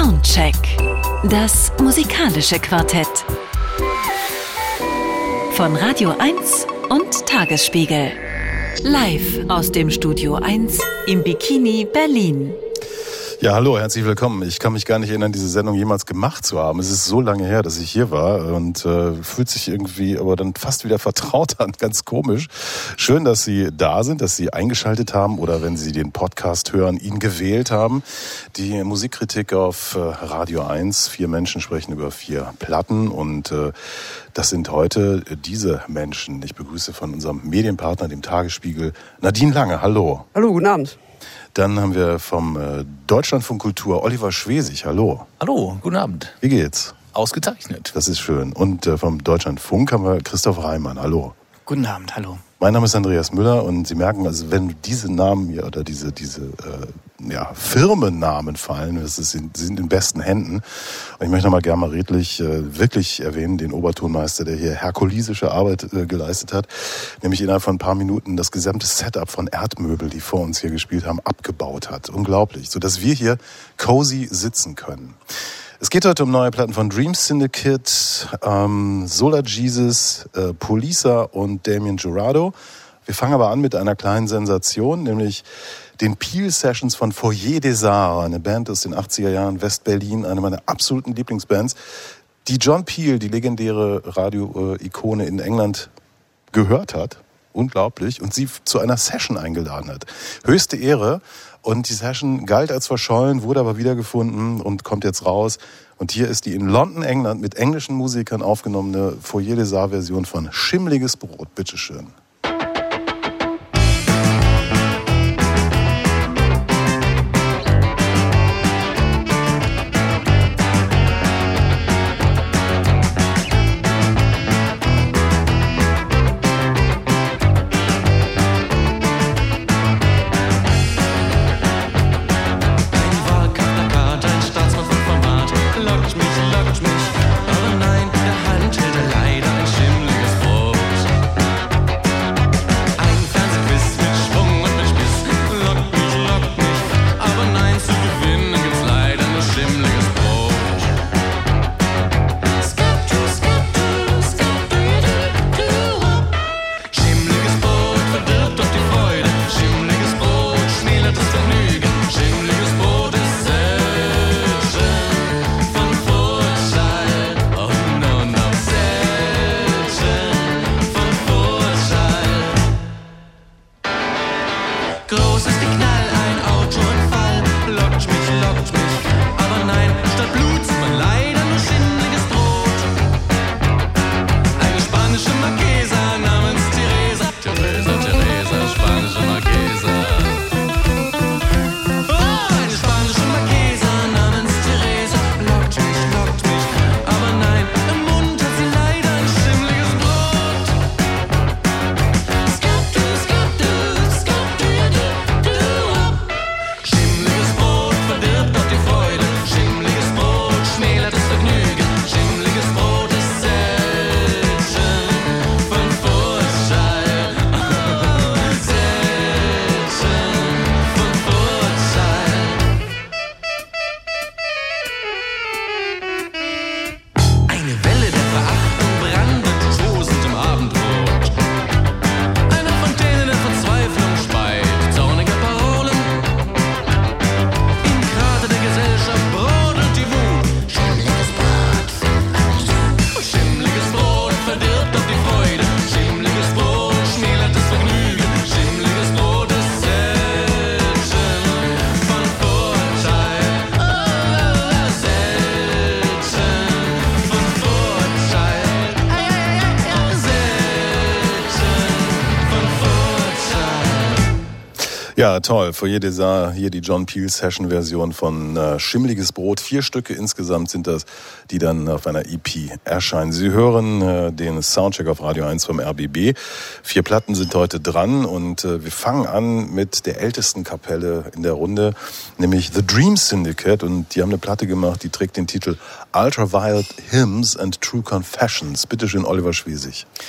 Soundcheck. Das musikalische Quartett. Von Radio 1 und Tagesspiegel. Live aus dem Studio 1 im Bikini Berlin. Ja, hallo, herzlich willkommen. Ich kann mich gar nicht erinnern, diese Sendung jemals gemacht zu haben. Es ist so lange her, dass ich hier war und fühlt sich irgendwie aber dann fast wieder vertraut an. Ganz komisch. Schön, dass Sie da sind, dass Sie eingeschaltet haben oder wenn Sie den Podcast hören, ihn gewählt haben. Die Musikkritik auf Radio 1. 4 Menschen sprechen über 4 Platten und das sind heute diese Menschen. Ich begrüße von unserem Medienpartner, dem Tagesspiegel, Nadine Lange. Hallo. Hallo, guten Abend. Dann haben wir vom Deutschlandfunk Kultur Oliver Schwesig. Hallo. Hallo, guten Abend. Wie geht's? Ausgezeichnet. Das ist schön. Und vom Deutschlandfunk haben wir Christoph Reimann. Hallo. Guten Abend, hallo. Mein Name ist Andreas Müller und Sie merken, also wenn diese Namen hier oder diese Firmennamen fallen, sind in besten Händen. Und ich möchte nochmal gerne mal redlich wirklich erwähnen, den Obertonmeister, der hier herkulesische Arbeit geleistet hat, nämlich innerhalb von ein paar Minuten das gesamte Setup von Erdmöbel, die vor uns hier gespielt haben, abgebaut hat. Unglaublich, sodass wir hier cozy sitzen können. Es geht heute um neue Platten von Dream Syndicate, Solar Jesus, Poliça und Damien Jurado. Wir fangen aber an mit einer kleinen Sensation, nämlich den Peel-Sessions von Foyer des Arts, eine Band aus den 80er Jahren, West-Berlin, eine meiner absoluten Lieblingsbands, die John Peel, die legendäre Radio-Ikone in England, gehört hat. Unglaublich. Und sie zu einer Session eingeladen hat. Höchste Ehre. Und die Session galt als verschollen, wurde aber wiedergefunden und kommt jetzt raus. Und hier ist die in London, England, mit englischen Musikern aufgenommene Foyer des Arts-Version von Schimmliges Brot. Bitteschön. Ja, toll. Foyer des Arts, hier die John Peel-Session-Version von Schimmliges Brot. 4 Stücke insgesamt sind das, die dann auf einer EP erscheinen. Sie hören den Soundcheck auf Radio 1 vom RBB. 4 Platten sind heute dran und wir fangen an mit der ältesten Kapelle in der Runde, nämlich The Dream Syndicate. Und die haben eine Platte gemacht, die trägt den Titel Ultraviolet Hymns and True Confessions. Bitte schön, Oliver Schwesig.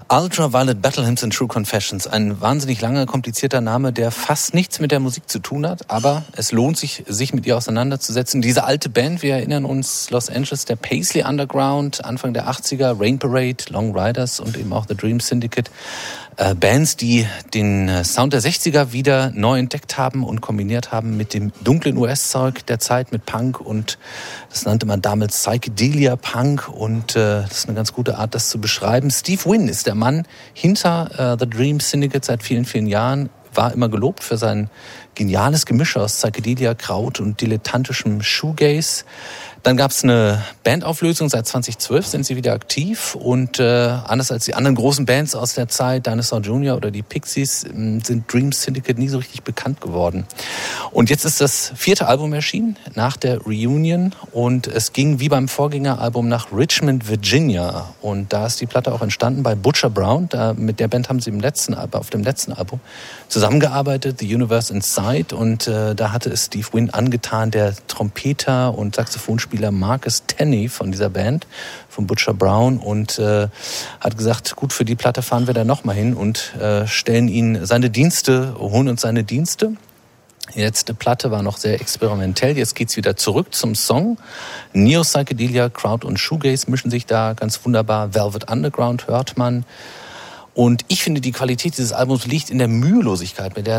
Ultraviolet Battle Hymns and True Confessions. Ein wahnsinnig langer, komplizierter Name, der fast nichts mit der Musik zu tun hat, aber es lohnt sich mit ihr auseinanderzusetzen. Diese alte Band, wir erinnern uns, Los Angeles, der Paisley Underground, Anfang der 80er, Rain Parade, Long Riders und eben auch The Dream Syndicate. Bands, die den Sound der 60er wieder neu entdeckt haben und kombiniert haben mit dem dunklen US-Zeug der Zeit, mit Punk, und das nannte man damals Psychedelia Punk, und das ist eine ganz gute Art, das zu beschreiben. Steve Wynn ist der Mann hinter The Dream Syndicate seit vielen, vielen Jahren, war immer gelobt für sein geniales Gemisch aus Psychedelia, Kraut und dilettantischem Shoegaze. Dann gab es eine Bandauflösung, seit 2012 sind sie wieder aktiv, und anders als die anderen großen Bands aus der Zeit, Dinosaur Jr. oder die Pixies, sind Dream Syndicate nie so richtig bekannt geworden. Und jetzt ist das 4. Album erschienen, nach der Reunion, und es ging wie beim Vorgängeralbum nach Richmond, Virginia, und da ist die Platte auch entstanden bei Butcher Brown. Mit der Band haben sie auf dem letzten Album zusammengearbeitet, The Universe Inside, und da hatte es Steve Wynn angetan, der Trompeter und Saxophonspieler Marcus Tenney von dieser Band, von Butcher Brown, und hat gesagt, gut, für die Platte fahren wir da nochmal hin und holen uns seine Dienste. Die letzte Platte war noch sehr experimentell, jetzt geht's wieder zurück zum Song. Neo-Psychedelia, Crowd und Shoegaze mischen sich da ganz wunderbar. Velvet Underground hört man. Und ich finde, die Qualität dieses Albums liegt in der Mühelosigkeit, mit der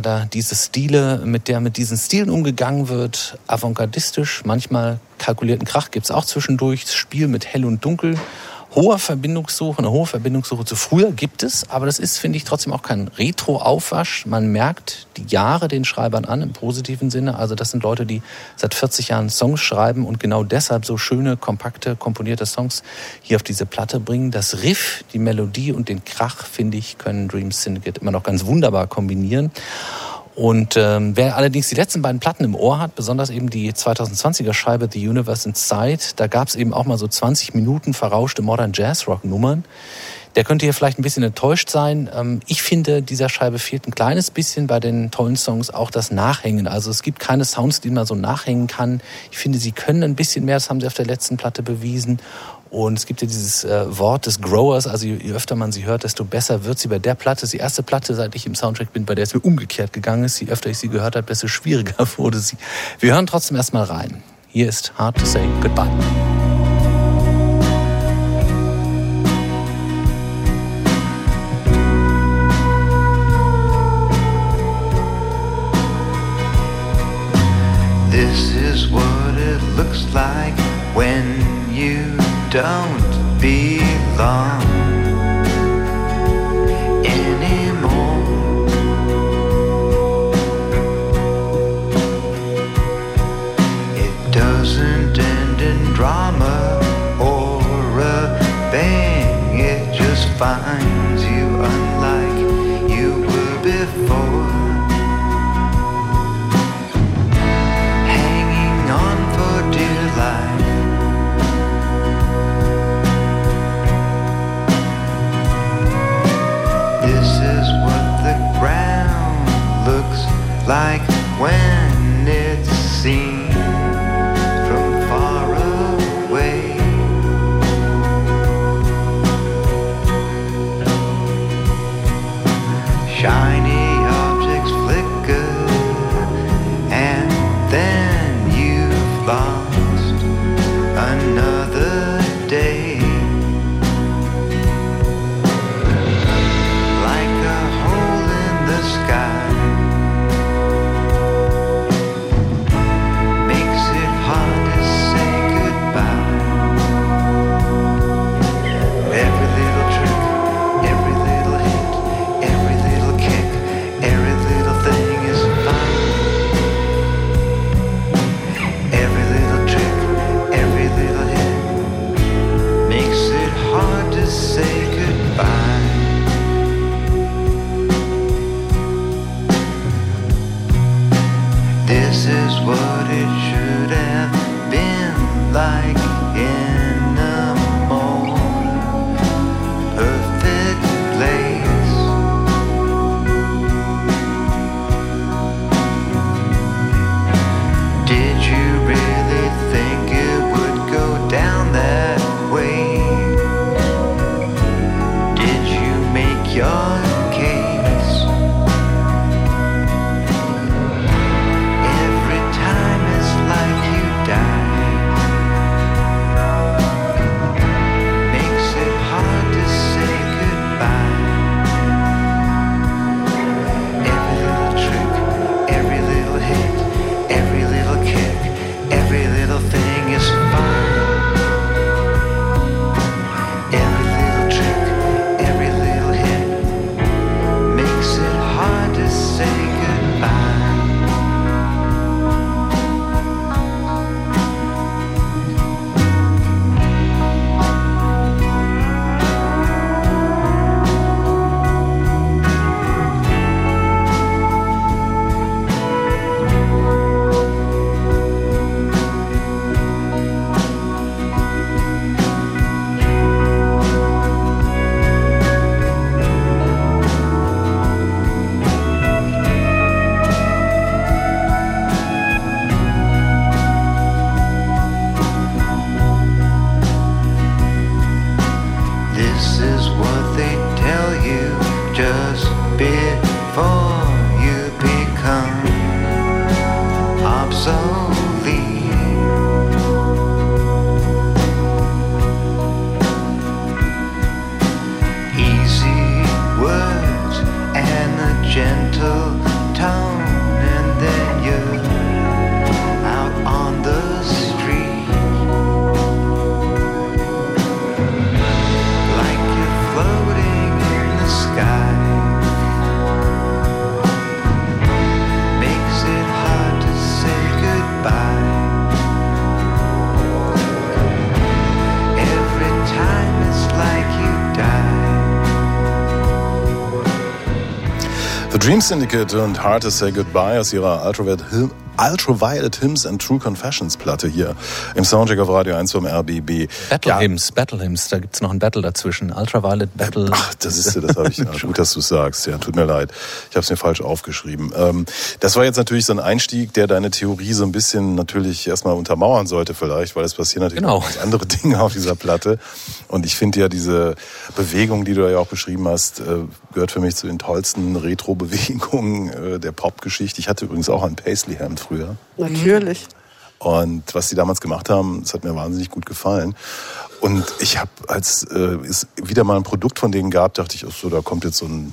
mit diesen Stilen umgegangen wird. Avantgardistisch, manchmal kalkulierten Krach gibt's auch zwischendurch. Das Spiel mit Hell und Dunkel. Eine hohe Verbindungssuche zu früher gibt es, aber das ist, finde ich, trotzdem auch kein Retro-Aufwasch. Man merkt die Jahre den Schreibern an, im positiven Sinne. Also das sind Leute, die seit 40 Jahren Songs schreiben und genau deshalb so schöne, kompakte, komponierte Songs hier auf diese Platte bringen. Das Riff, die Melodie und den Krach, finde ich, können Dream Syndicate immer noch ganz wunderbar kombinieren. Und wer allerdings die letzten beiden Platten im Ohr hat, besonders eben die 2020er Scheibe The Universe Inside, da gab es eben auch mal so 20 Minuten verrauschte Modern Jazz Rock Nummern. Der könnte hier vielleicht ein bisschen enttäuscht sein. Ich finde, dieser Scheibe fehlt ein kleines bisschen bei den tollen Songs auch das Nachhängen. Also es gibt keine Sounds, die man so nachhängen kann. Ich finde, sie können ein bisschen mehr, das haben sie auf der letzten Platte bewiesen. Und es gibt ja dieses Wort des Growers, also je öfter man sie hört, desto besser wird sie. Bei der Platte, die erste Platte, seit ich im Soundtrack bin, bei der es mir umgekehrt gegangen ist, je öfter ich sie gehört habe, desto schwieriger wurde sie. Wir hören trotzdem erstmal rein. Hier ist Hard to Say Goodbye. This is what it looks like when you don't belong anymore. It doesn't end in drama or a bang, it just finds you unlike you were before. Hanging on for dear life. Like when it's seen from far away. Shiny objects flicker and then you've lost another day. Like a hole in the sky. This is what it should have been like in a more perfect place. Did you really think it would go down that way? Did you make Dream Syndicate und Hard to Say Goodbye aus ihrer Ultraviolet Hymns and True Confessions Platte hier im Soundcheck auf Radio 1 vom RBB. Battle Hymns, da gibt's noch ein Battle dazwischen. Ultraviolet Battle. Ach, das habe ich, gut, dass du sagst. Ja, tut mir leid. Ich habe es mir falsch aufgeschrieben. Das war jetzt natürlich so ein Einstieg, der deine Theorie so ein bisschen natürlich erstmal untermauern sollte vielleicht, weil es passieren natürlich auch andere Dinge auf dieser Platte. Und ich finde ja diese Bewegung, die du ja auch beschrieben hast, gehört für mich zu den tollsten Retro-Bewegungen der Popgeschichte. Ich hatte übrigens auch ein Paisley-Hemd früher. Natürlich. Und was die damals gemacht haben, das hat mir wahnsinnig gut gefallen. Und ich habe, als es wieder mal ein Produkt von denen gab, dachte ich, so, da kommt jetzt so ein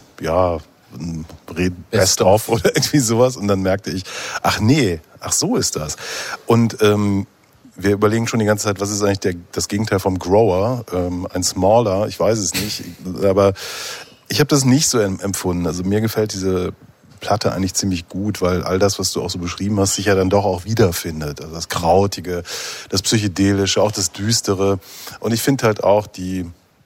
Best-of oder irgendwie sowas. Und dann merkte ich, ach so ist das. Und wir überlegen schon die ganze Zeit, was ist eigentlich das Gegenteil vom Grower? Ein Smaller, ich weiß es nicht. Aber ich habe das nicht so empfunden. Also mir gefällt diese Platte eigentlich ziemlich gut, weil all das, was du auch so beschrieben hast, sich ja dann doch auch wiederfindet. Also das Krautige, das Psychedelische, auch das Düstere. Und ich finde halt auch die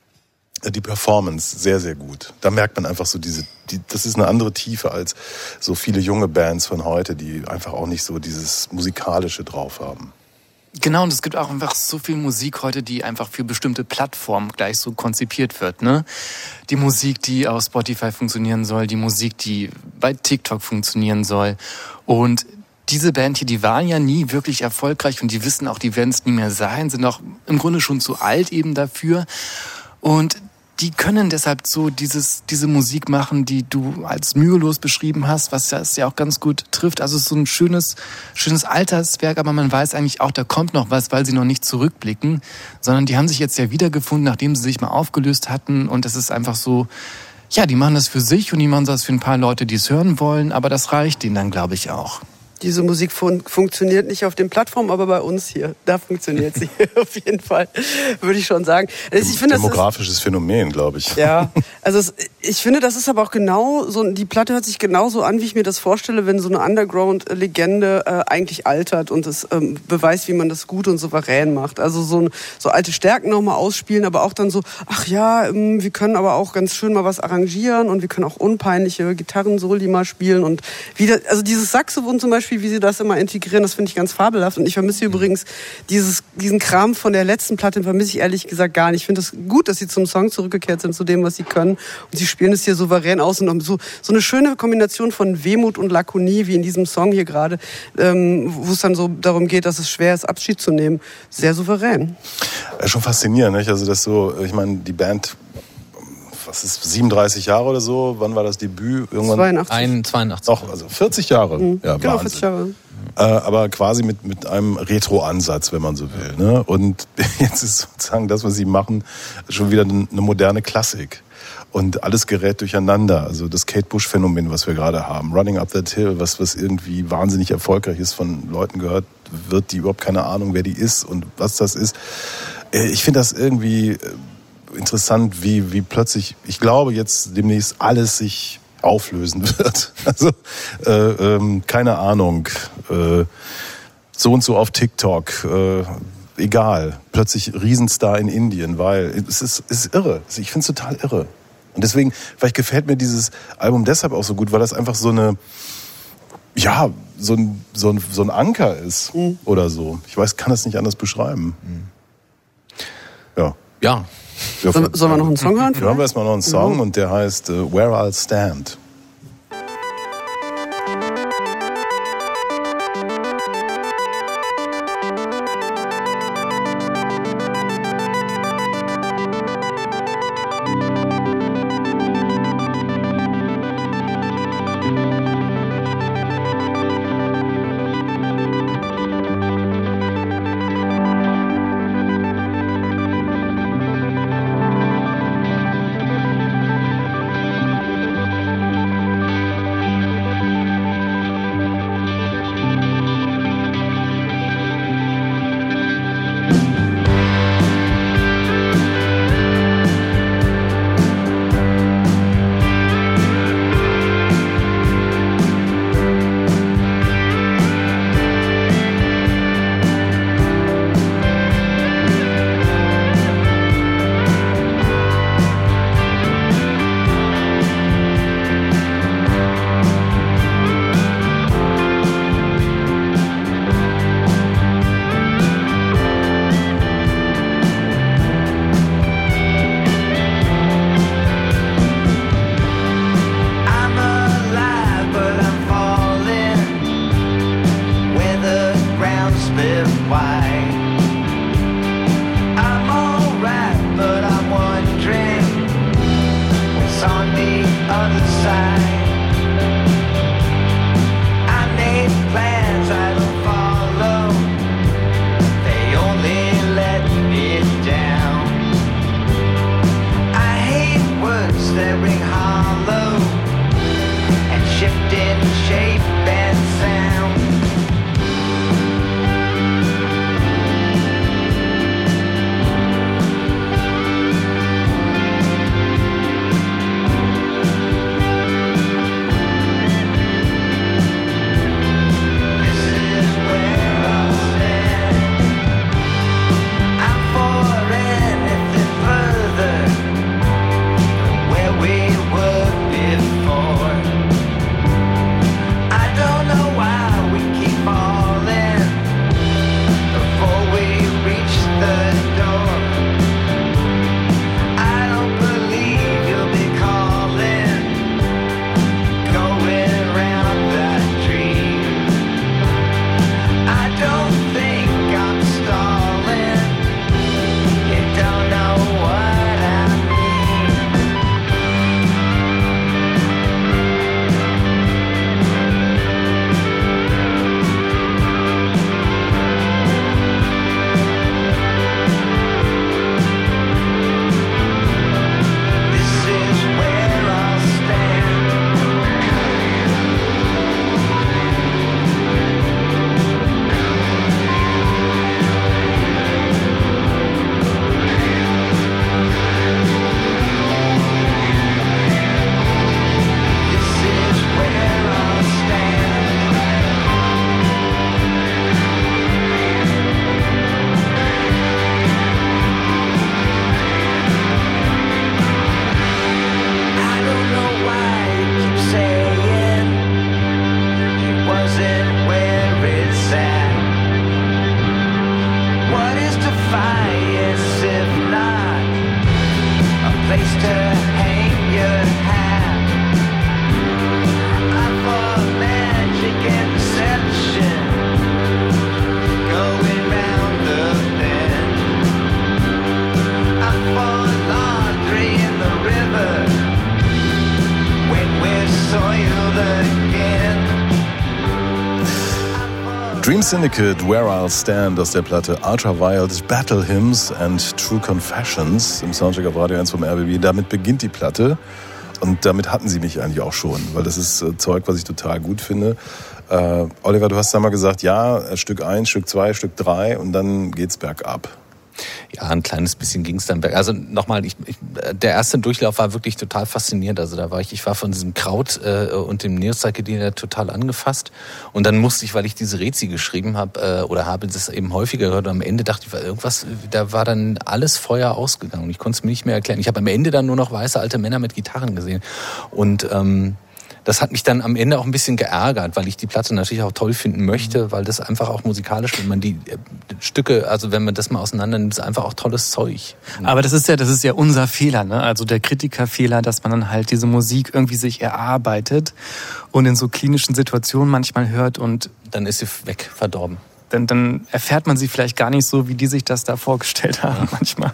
Performance sehr, sehr gut. Da merkt man einfach so das ist eine andere Tiefe als so viele junge Bands von heute, die einfach auch nicht so dieses Musikalische drauf haben. Genau, und es gibt auch einfach so viel Musik heute, die einfach für bestimmte Plattformen gleich so konzipiert wird, ne? Die Musik, die auf Spotify funktionieren soll, die Musik, die bei TikTok funktionieren soll. Und diese Band hier, die waren ja nie wirklich erfolgreich und die wissen auch, die werden es nie mehr sein, sind auch im Grunde schon zu alt eben dafür. Und die können deshalb so diese Musik machen, die du als mühelos beschrieben hast, was das ja auch ganz gut trifft. Also so ein schönes Alterswerk, aber man weiß eigentlich auch, da kommt noch was, weil sie noch nicht zurückblicken, sondern die haben sich jetzt ja wiedergefunden, nachdem sie sich mal aufgelöst hatten. Und das ist einfach so, ja, die machen das für sich und die machen das für ein paar Leute, die es hören wollen, aber das reicht denen dann, glaube ich, auch. Diese Musik funktioniert nicht auf den Plattformen, aber bei uns hier. Da funktioniert sie auf jeden Fall, würde ich schon sagen. Also ich finde, demografisches Phänomen, glaube ich. Ja, also ich finde, das ist aber auch genau so, die Platte hört sich genauso an, wie ich mir das vorstelle, wenn so eine Underground-Legende eigentlich altert und es beweist, wie man das gut und souverän macht. Also so alte Stärken nochmal ausspielen, aber auch dann so, ach ja, wir können aber auch ganz schön mal was arrangieren und wir können auch unpeinliche Gitarrensoli mal spielen und wieder, also dieses Saxophon zum Beispiel, wie sie das immer integrieren, das finde ich ganz fabelhaft. Und ich vermisse übrigens diesen Kram von der letzten Platte, vermisse ich ehrlich gesagt gar nicht. Ich finde es gut, dass sie zum Song zurückgekehrt sind, zu dem, was sie können. Und sie spielen es hier souverän aus und so eine schöne Kombination von Wehmut und Lakonie, wie in diesem Song hier gerade, wo es dann so darum geht, dass es schwer ist, Abschied zu nehmen. Sehr souverän. Schon faszinierend, nicht? Also das so, ich meine, die Band, was ist, 37 Jahre oder so? Wann war das Debüt? Irgendwann 82. Doch, also 40 Jahre. Ja, genau, Wahnsinn. 40 Jahre. Aber quasi mit einem Retro-Ansatz, wenn man so will. Ne? Und jetzt ist sozusagen das, was sie machen, schon wieder eine moderne Klassik. Und alles gerät durcheinander. Also das Kate Bush-Phänomen, was wir gerade haben. Running Up That Hill, was irgendwie wahnsinnig erfolgreich ist, von Leuten gehört wird, die überhaupt keine Ahnung, wer die ist und was das ist. Ich finde das irgendwie interessant, wie plötzlich, ich glaube, jetzt demnächst alles sich auflösen wird. Also, keine Ahnung, so und so auf TikTok, egal, plötzlich Riesenstar in Indien, weil es ist irre. Ich finde es total irre. Und deswegen, vielleicht gefällt mir dieses Album deshalb auch so gut, weil das einfach so eine, ja, so ein Anker ist oder so. Ich kann das nicht anders beschreiben. Ja. Ja. Sollen wir noch einen Song hören? Hören wir erstmal noch einen Song und der heißt Where I'll Stand. why. I'm alright, but I'm wondering what's on the other side. I made plans I don't follow, they only let me down. I hate words that ring hollow and shift in shape and sound. Dream Syndicate, Where I'll Stand aus der Platte Ultraviolet, Battle Hymns and True Confessions im Soundcheck auf Radio 1 vom RBB. Damit beginnt die Platte und damit hatten sie mich eigentlich auch schon, weil das ist Zeug, was ich total gut finde. Oliver, du hast da mal gesagt, ja, Stück 1, Stück 2, Stück 3 und dann geht's bergab. Ja, ein kleines bisschen ging es dann bergab. Also nochmal, der erste Durchlauf war wirklich total faszinierend. Also da war ich war von diesem Kraut und dem Neo-Psychedelia total angefasst. Und dann musste ich, weil ich diese Rezi geschrieben habe habe das eben häufiger gehört. Und am Ende dachte ich, irgendwas, da war dann alles Feuer ausgegangen. Und ich konnte es mir nicht mehr erklären. Ich habe am Ende dann nur noch weiße alte Männer mit Gitarren gesehen. Und das hat mich dann am Ende auch ein bisschen geärgert, weil ich die Platte natürlich auch toll finden möchte, weil das einfach auch musikalisch, wenn man die Stücke, also wenn man das mal auseinander nimmt, ist einfach auch tolles Zeug. Aber das ist ja unser Fehler, ne? Also der Kritikerfehler, dass man dann halt diese Musik irgendwie sich erarbeitet und in so klinischen Situationen manchmal hört und dann ist sie weg, verdorben. Dann erfährt man sie vielleicht gar nicht so, wie die sich das da vorgestellt haben manchmal.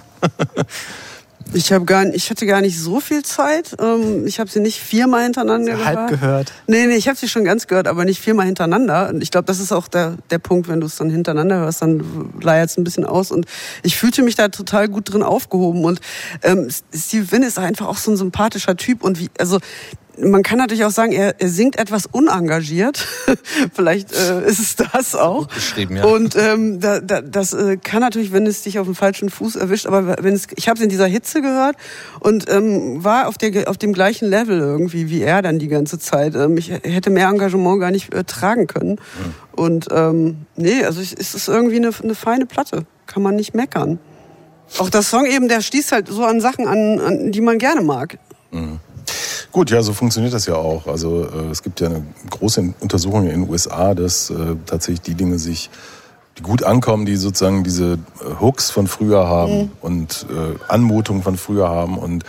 Ich hatte gar nicht so viel Zeit. Ich habe sie nicht viermal hintereinander gehört. Halb gehört? Nee, ich habe sie schon ganz gehört, aber nicht viermal hintereinander. Und ich glaube, das ist auch der Punkt, wenn du es dann hintereinander hörst, dann leiert es ein bisschen aus. Und ich fühlte mich da total gut drin aufgehoben. Und Steve Wynn ist einfach auch so ein sympathischer Typ. Und man kann natürlich auch sagen, er singt etwas unengagiert. Vielleicht ist es das auch. Gut beschrieben, ja. Und das kann natürlich, wenn es dich auf dem falschen Fuß erwischt, aber ich habe es in dieser Hitze gehört und war auf dem gleichen Level irgendwie wie er dann die ganze Zeit. Ich hätte mehr Engagement gar nicht tragen können. Und also es ist irgendwie eine feine Platte. Kann man nicht meckern. Auch der Song eben, der schließt halt so an Sachen an die man gerne mag. Mhm. Gut, ja, so funktioniert das ja auch. Also es gibt ja eine große Untersuchung in den USA, dass tatsächlich die Dinge die gut ankommen, die sozusagen diese Hooks von früher haben und Anmutung von früher haben. Und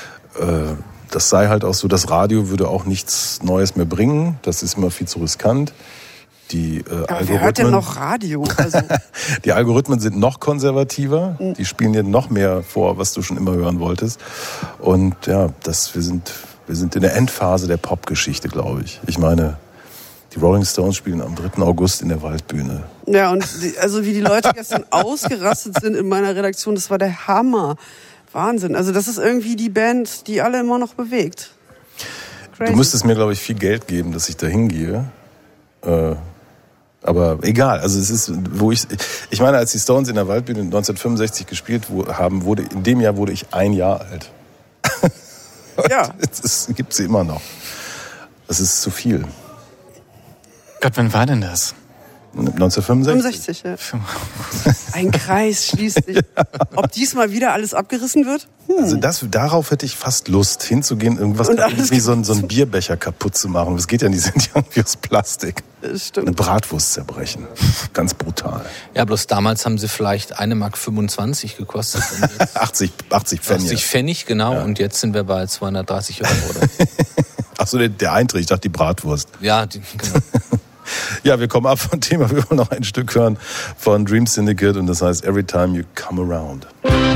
das sei halt auch so, das Radio würde auch nichts Neues mehr bringen. Das ist immer viel zu riskant. Die Aber Algorithmen. wer hört denn noch Radio? Also, Die Algorithmen sind noch konservativer. Die spielen dir noch mehr vor, was du schon immer hören wolltest. Und ja, wir sind in der Endphase der Popgeschichte, glaube ich. Ich meine, die Rolling Stones spielen am 3. August in der Waldbühne. ja, und wie die Leute gestern ausgerastet sind in meiner Redaktion, das war der Hammer. Wahnsinn. Also das ist irgendwie die Band, die alle immer noch bewegt. Crazy. Du müsstest mir, glaube ich, viel Geld geben, dass ich da hingehe. Aber egal, also es ist, ich meine, als die Stones in der Waldbühne 1965 gespielt haben, in dem Jahr wurde ich 1 Jahr alt. Ja. Es gibt sie immer noch. Das ist zu viel. Gott, wann war denn das? 1965. 65, ja. Ein Kreis schließt sich. Ob diesmal wieder alles abgerissen wird? Also darauf hätte ich fast Lust, hinzugehen, irgendwie so einen Bierbecher kaputt zu machen. Das geht ja nicht, die sind ja irgendwie aus Plastik. Das stimmt. Eine Bratwurst zerbrechen. Ganz brutal. Ja, bloß damals haben sie vielleicht 1,25 Mark gekostet. Und jetzt 80 Pfennig. 80 Pfennig, genau. Ja. Und jetzt sind wir bei 230 €. Oder? Ach so, der Eintritt, ich dachte die Bratwurst. Ja, genau. Ja, wir kommen ab vom Thema. Wir wollen noch ein Stück hören von Dream Syndicate und das heißt Every Time You Come Around.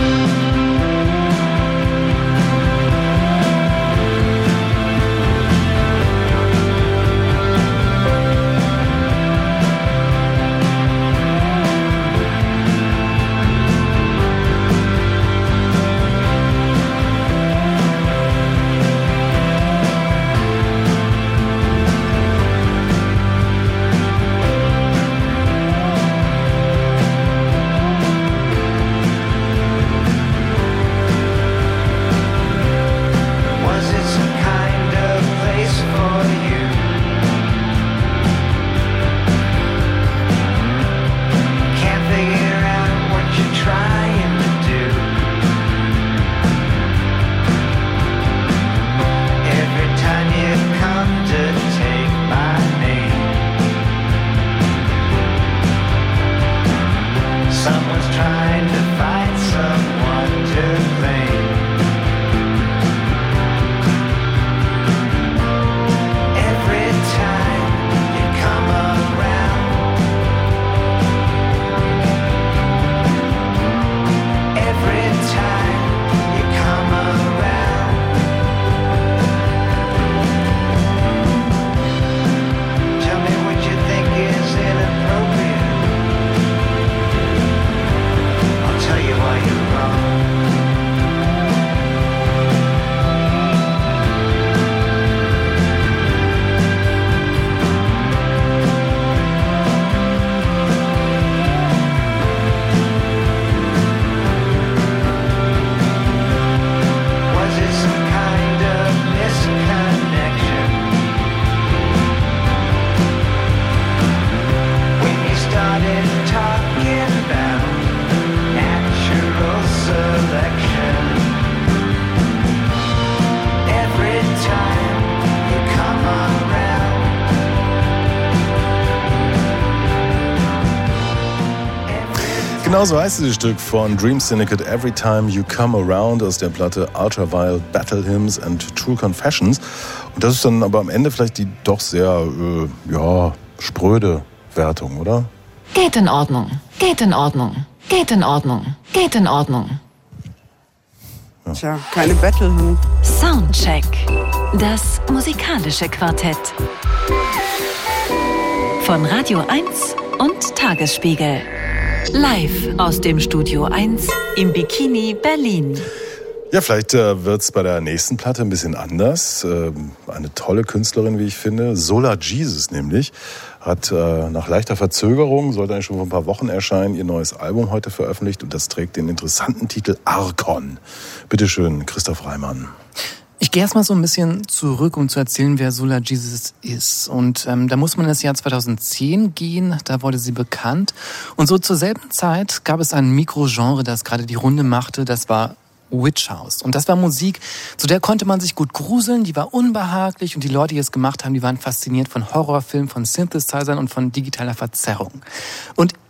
Genau so heißt dieses Stück von Dream Syndicate, Every Time You Come Around, aus der Platte Ultraviolet Battle Hymns and True Confessions. Und das ist dann aber am Ende vielleicht die doch sehr, spröde Wertung, oder? Geht in Ordnung, geht in Ordnung, geht in Ordnung, geht in Ordnung. Ja. Tja, keine Battle. Soundcheck. Das musikalische Quartett. Von Radio 1 und Tagesspiegel. Live aus dem Studio 1 im Bikini Berlin. Ja, vielleicht wird's bei der nächsten Platte ein bisschen anders. Eine tolle Künstlerin, wie ich finde. Solar Jesus nämlich hat nach leichter Verzögerung, sollte eigentlich schon vor ein paar Wochen erscheinen, ihr neues Album heute veröffentlicht. Und das trägt den interessanten Titel Arkon. Bitteschön, Christoph Reimann. Ich gehe erstmal so ein bisschen zurück, um zu erzählen, wer Solar Jesus ist. Und da muss man in das Jahr 2010 gehen, da wurde sie bekannt. Und so zur selben Zeit gab es ein Mikrogenre, das gerade die Runde machte, das war Witch House. Und das war Musik, zu der konnte man sich gut gruseln, die war unbehaglich und die Leute, die es gemacht haben, die waren fasziniert von Horrorfilmen, von Synthesizern und von digitaler Verzerrung. Und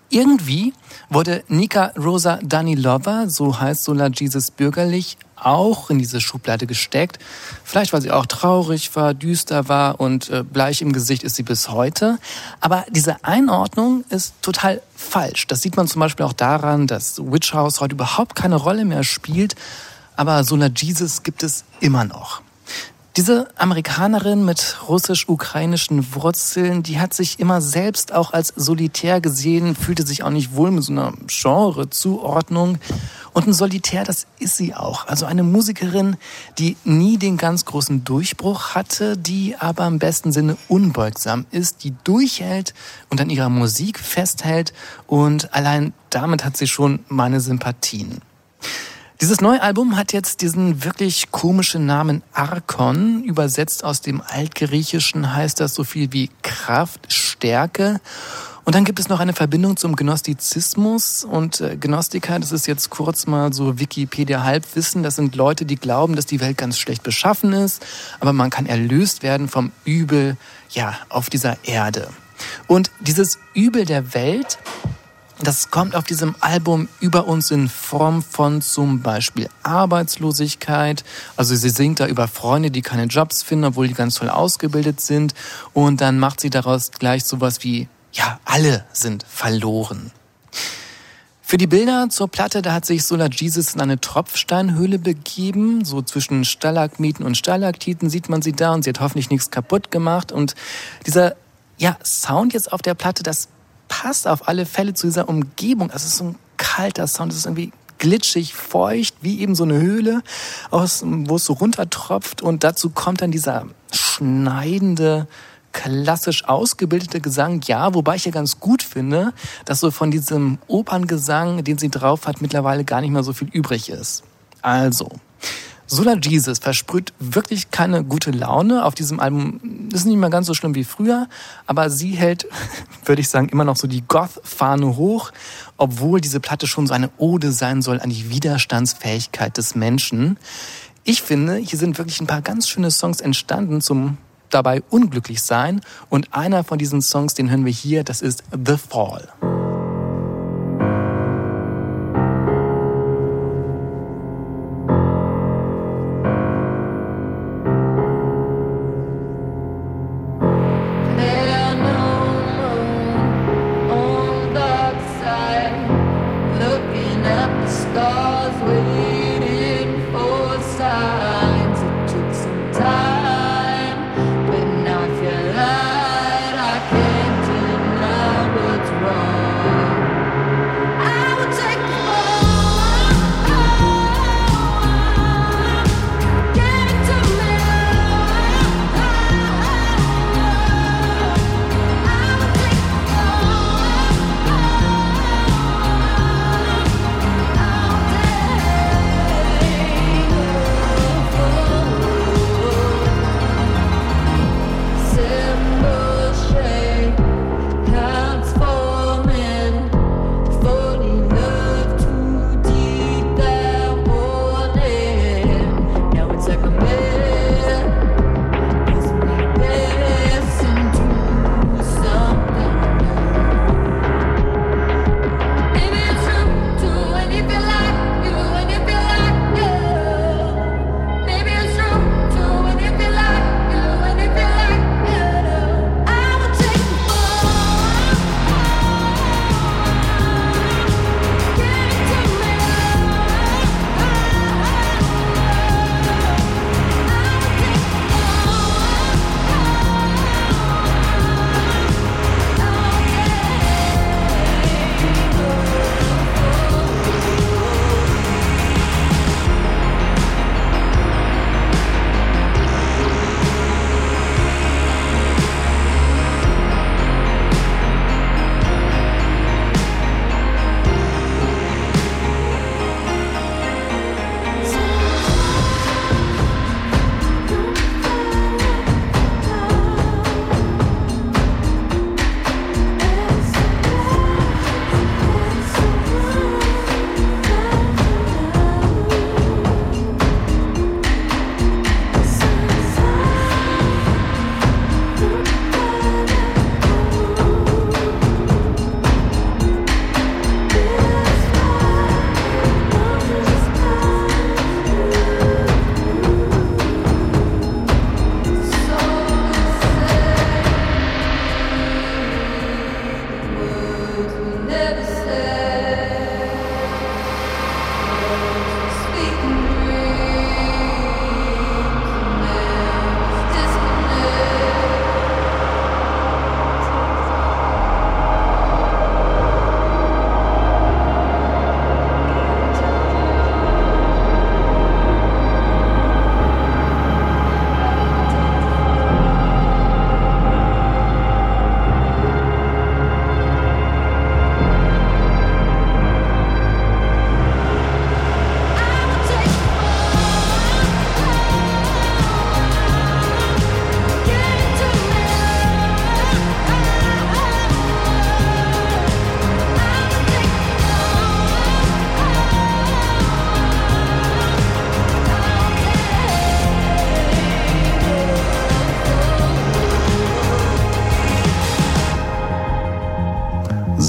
irgendwie wurde Nika Rosa Danilova, so heißt Solar Jesus bürgerlich, auch in diese Schublade gesteckt. Vielleicht, weil sie auch traurig war, düster war und bleich im Gesicht ist sie bis heute. Aber diese Einordnung ist total falsch. Das sieht man zum Beispiel auch daran, dass Witch House heute überhaupt keine Rolle mehr spielt. Aber Solar Jesus gibt es immer noch. Diese Amerikanerin mit russisch-ukrainischen Wurzeln, die hat sich immer selbst auch als solitär gesehen, fühlte sich auch nicht wohl mit so einer Genre-Zuordnung. Und ein Solitär, das ist sie auch. Also eine Musikerin, die nie den ganz großen Durchbruch hatte, die aber im besten Sinne unbeugsam ist, die durchhält und an ihrer Musik festhält. Und allein damit hat sie schon meine Sympathien. Dieses neue Album hat jetzt diesen wirklich komischen Namen Arkon. Übersetzt aus dem Altgriechischen heißt das so viel wie Kraft, Stärke. Und dann gibt es noch eine Verbindung zum Gnostizismus. Und Gnostiker, das ist jetzt kurz mal so Wikipedia-Halbwissen, das sind Leute, die glauben, dass die Welt ganz schlecht beschaffen ist, aber man kann erlöst werden vom Übel, ja, auf dieser Erde. Und dieses Übel der Welt, das kommt auf diesem Album Über uns in Form von zum Beispiel Arbeitslosigkeit. Also sie singt da über Freunde, die keine Jobs finden, obwohl die ganz toll ausgebildet sind. Und dann macht sie daraus gleich sowas wie, ja, alle sind verloren. Für die Bilder zur Platte, da hat sich Solar Jesus in eine Tropfsteinhöhle begeben. So zwischen Stalagmiten und Stalaktiten sieht man sie da und sie hat hoffentlich nichts kaputt gemacht. Und dieser, ja, Sound jetzt auf der Platte, das passt auf alle Fälle zu dieser Umgebung. Also es ist so ein kalter Sound, es ist irgendwie glitschig, feucht, wie eben so eine Höhle, wo es so runtertropft. Und dazu kommt dann dieser schneidende, klassisch ausgebildete Gesang. Ja, wobei ich ja ganz gut finde, dass so von diesem Operngesang, den sie drauf hat, mittlerweile gar nicht mehr so viel übrig ist. Also, Solar Jesus versprüht wirklich keine gute Laune. Auf diesem Album ist nicht mehr ganz so schlimm wie früher, aber sie hält, würde ich sagen, immer noch so die Goth-Fahne hoch, obwohl diese Platte schon so eine Ode sein soll an die Widerstandsfähigkeit des Menschen. Ich finde, hier sind wirklich ein paar ganz schöne Songs entstanden zum dabei unglücklich sein. Und einer von diesen Songs, den hören wir hier, das ist The Fall.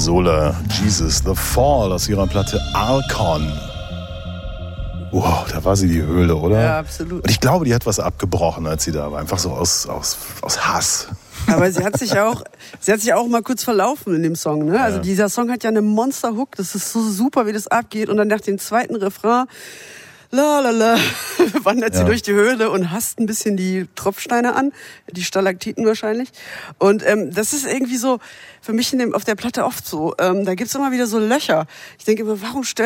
Sola, Jesus, The Fall aus ihrer Platte Archon. Wow, da war sie die Höhle, oder? Ja, absolut. Und ich glaube, die hat was abgebrochen, als sie da war. Einfach so aus Hass. Aber sie hat sich auch mal kurz verlaufen in dem Song, ne? Also dieser Song hat ja eine Monster-Hook, das ist so super, wie das abgeht. Und dann nach dem zweiten Refrain, la la la, wandert sie durch die Höhle und hasst ein bisschen die Tropfsteine an, die Stalaktiten wahrscheinlich. Und das ist irgendwie so für mich auf der Platte oft so. Da gibt's immer wieder so Löcher. Ich denke immer,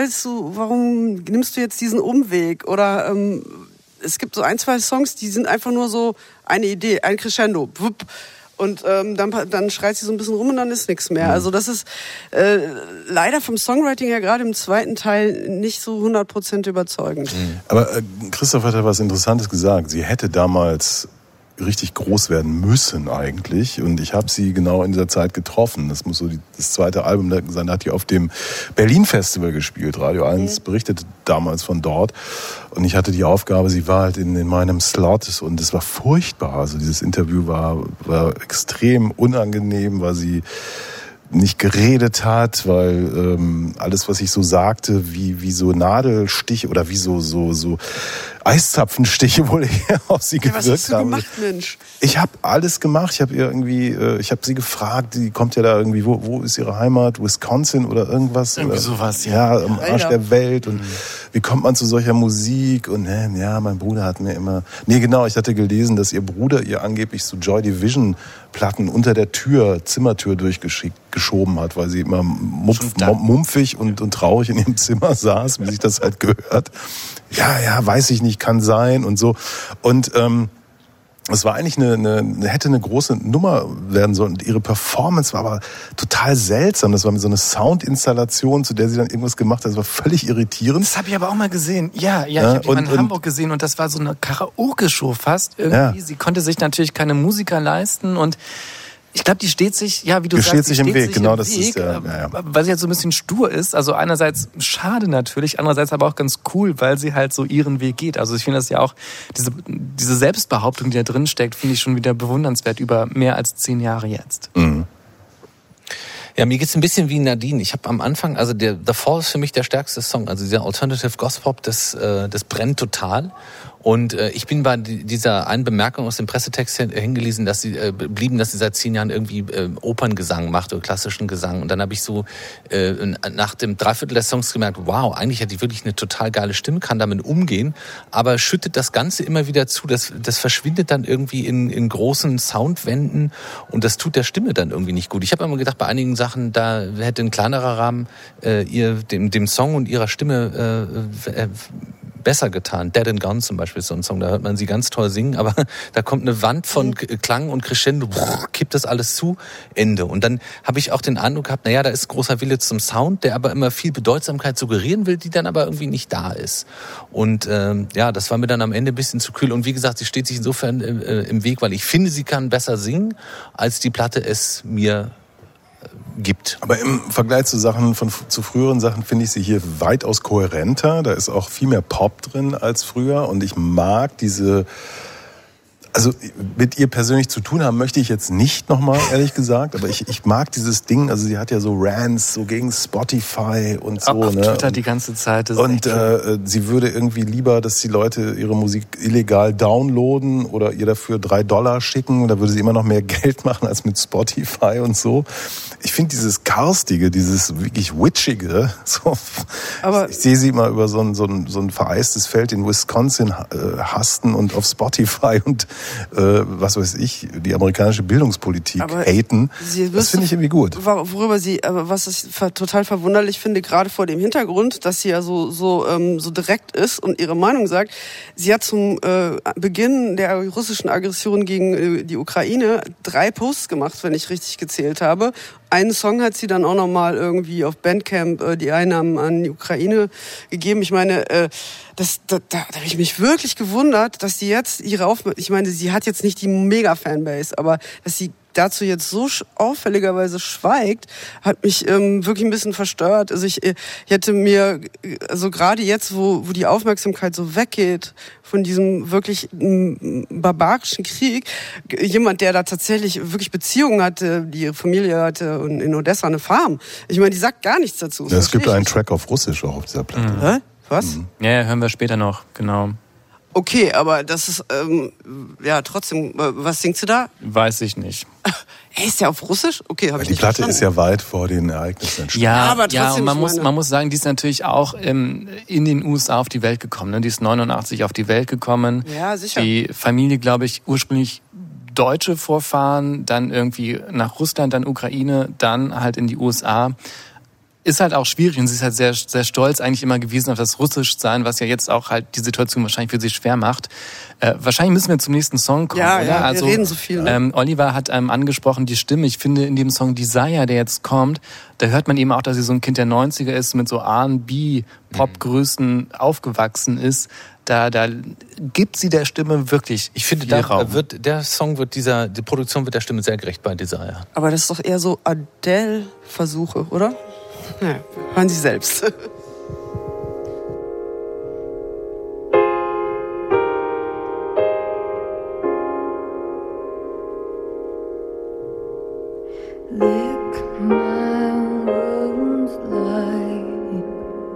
warum nimmst du jetzt diesen Umweg? Oder es gibt so 1, 2 Songs, die sind einfach nur so eine Idee, ein Crescendo. Wupp. Und dann schreit sie so ein bisschen rum und dann ist nichts mehr. Also das ist leider vom Songwriting ja gerade im zweiten Teil nicht so 100% überzeugend. Aber Christoph hat ja was Interessantes gesagt. Sie hätte damals richtig groß werden müssen eigentlich. Und ich habe sie genau in dieser Zeit getroffen. Das muss so das zweite Album sein. Da hat die auf dem Berlin-Festival gespielt. Radio 1 berichtete damals von dort. Und ich hatte die Aufgabe, sie war halt in meinem Slot und es war furchtbar. Also dieses Interview war extrem unangenehm, weil sie nicht geredet hat, weil alles, was ich so sagte, wie so Nadelstiche oder wie so Eiszapfenstiche wohl eher auf sie gewirkt haben. Was hast du gemacht, Mensch? Ich habe alles gemacht. Ich habe sie gefragt, die kommt ja da irgendwie, wo ist ihre Heimat? Wisconsin oder irgendwas? Irgendwie sowas, ja. Ja, am Arsch der Welt. Und wie kommt man zu solcher Musik? Und ja, mein Bruder hat mir immer... Nee, genau, ich hatte gelesen, dass ihr Bruder ihr angeblich so Joy Division Platten unter der Zimmertür durchgeschoben hat, weil sie immer mumpfig und traurig in ihrem Zimmer saß, wie sich das halt gehört. Ja, weiß ich nicht, kann sein und so. Und es war eigentlich hätte eine große Nummer werden sollen. Und ihre Performance war aber total seltsam. Das war mit so einer Soundinstallation, zu der sie dann irgendwas gemacht hat. Das war völlig irritierend. Das habe ich aber auch mal gesehen. Ja, ich habe die mal in Hamburg gesehen und das war so eine Karaoke-Show fast. Irgendwie. Ja. Sie konnte sich natürlich keine Musiker leisten und ich glaube, die steht sich, ja, wie du sagst, steht sich im Weg, genau, das ist ja. Weil sie halt so ein bisschen stur ist. Also einerseits schade natürlich, andererseits aber auch ganz cool, weil sie halt so ihren Weg geht. Also ich finde das ja auch, diese Selbstbehauptung, die da drin steckt, finde ich schon wieder bewundernswert über mehr als 10 Jahre jetzt. Mhm. Ja, mir geht's ein bisschen wie Nadine. Ich habe am Anfang, also The Fall ist für mich der stärkste Song. Also dieser Alternative Gospel, das brennt total. Und ich bin bei dieser einen Bemerkung aus dem Pressetext hingelesen, dass sie dass sie seit 10 Jahren irgendwie Operngesang macht oder klassischen Gesang. Und dann habe ich so nach dem Dreiviertel des Songs gemerkt, wow, eigentlich hat die wirklich eine total geile Stimme, kann damit umgehen, aber schüttet das Ganze immer wieder zu. Das verschwindet dann irgendwie in großen Soundwänden und das tut der Stimme dann irgendwie nicht gut. Ich habe immer gedacht, bei einigen Sachen, da hätte ein kleinerer Rahmen dem Song und ihrer Stimme besser getan. Dead and Gone zum Beispiel ist so ein Song, da hört man sie ganz toll singen, aber da kommt eine Wand von Klang und Crescendo, kippt das alles zu, Ende. Und dann habe ich auch den Eindruck gehabt, da ist großer Wille zum Sound, der aber immer viel Bedeutsamkeit suggerieren will, die dann aber irgendwie nicht da ist. Und das war mir dann am Ende ein bisschen zu kühl. Und wie gesagt, sie steht sich insofern im Weg, weil ich finde, sie kann besser singen, als die Platte es mir gibt. Aber im Vergleich zu früheren Sachen finde ich sie hier weitaus kohärenter. Da ist auch viel mehr Pop drin als früher und ich mag also mit ihr persönlich zu tun haben möchte ich jetzt nicht nochmal, ehrlich gesagt, aber ich mag dieses Ding, also sie hat ja so Rants so gegen Spotify und so. Auf Twitter die ganze Zeit. Und sie würde irgendwie lieber, dass die Leute ihre Musik illegal downloaden oder ihr dafür $3 schicken und da würde sie immer noch mehr Geld machen als mit Spotify und so. Ich finde dieses Karstige, dieses wirklich Witchige, so, aber ich sehe sie immer über so ein vereistes Feld in Wisconsin hasten und auf Spotify und was weiß ich, die amerikanische Bildungspolitik haten. Das finde ich irgendwie gut. Was ich total verwunderlich finde, gerade vor dem Hintergrund, dass sie ja so direkt ist und ihre Meinung sagt. Sie hat zum Beginn der russischen Aggression gegen die Ukraine 3 Posts gemacht, wenn ich richtig gezählt habe. Einen Song hat sie dann auch nochmal irgendwie auf Bandcamp die Einnahmen an die Ukraine gegeben. Ich meine, da habe ich mich wirklich gewundert, dass sie jetzt ich meine, sie hat jetzt nicht die Mega-Fanbase, aber dass sie dazu jetzt so auffälligerweise schweigt, hat mich wirklich ein bisschen verstört. Also ich hätte mir, also gerade jetzt, wo die Aufmerksamkeit so weggeht von diesem wirklich barbarischen Krieg, jemand, der da tatsächlich wirklich Beziehungen hatte, die ihre Familie hatte und in Odessa eine Farm. Ich meine, die sagt gar nichts dazu. Ja, es gibt einen Track auf Russisch auch auf dieser Platte. Hä? Was? Ja, hören wir später noch, genau. Okay, aber das ist, ja, trotzdem, was singst du da? Weiß ich nicht. Hey, ist der auf Russisch? Okay, habe ich Die nicht Platte verstanden. ist ja weit vor den Ereignissen entstanden. Ja, aber trotzdem, und man muss sagen, die ist natürlich auch in den USA auf die Welt gekommen. Ne? Die ist 89 auf die Welt gekommen. Ja, sicher. Die Familie, glaube ich, ursprünglich deutsche Vorfahren, dann irgendwie nach Russland, dann Ukraine, dann halt in die USA. Ist halt auch schwierig und sie ist halt sehr, sehr stolz eigentlich immer gewesen auf das Russischsein, was ja jetzt auch halt die Situation wahrscheinlich für sie schwer macht. Wahrscheinlich müssen wir zum nächsten Song kommen, Ja, oder? ja, wir Also, reden so viel. Ne? Oliver hat angesprochen, die Stimme. Ich finde, in dem Song Desire, der jetzt kommt, da hört man eben auch, dass sie so ein Kind der 90er ist, mit so R&B, Popgrößen aufgewachsen ist. Da gibt sie der Stimme wirklich Ich finde, viel Raum. Die Produktion wird der Stimme sehr gerecht bei Desire. Aber das ist doch eher so Adele-Versuche, oder? Ja, hören Sie selbst. Lick my wounds like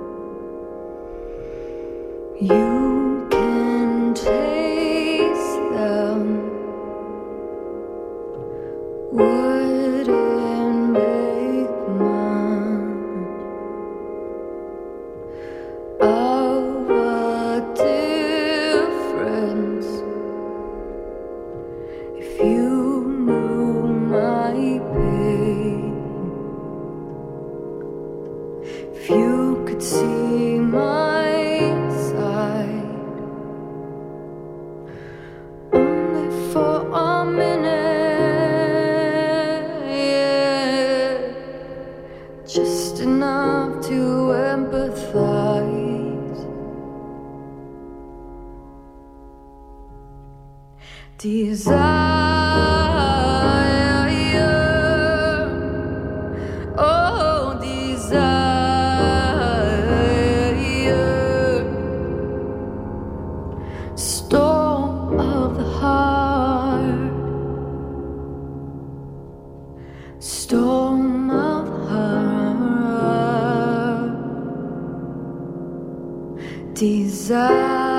you can taste them. Wouldn't make much of a difference if you knew my pain. If you could see my side only for a minute, yeah. Just enough to empathize. Desire, oh desire, storm of the heart, storm of the heart, desire.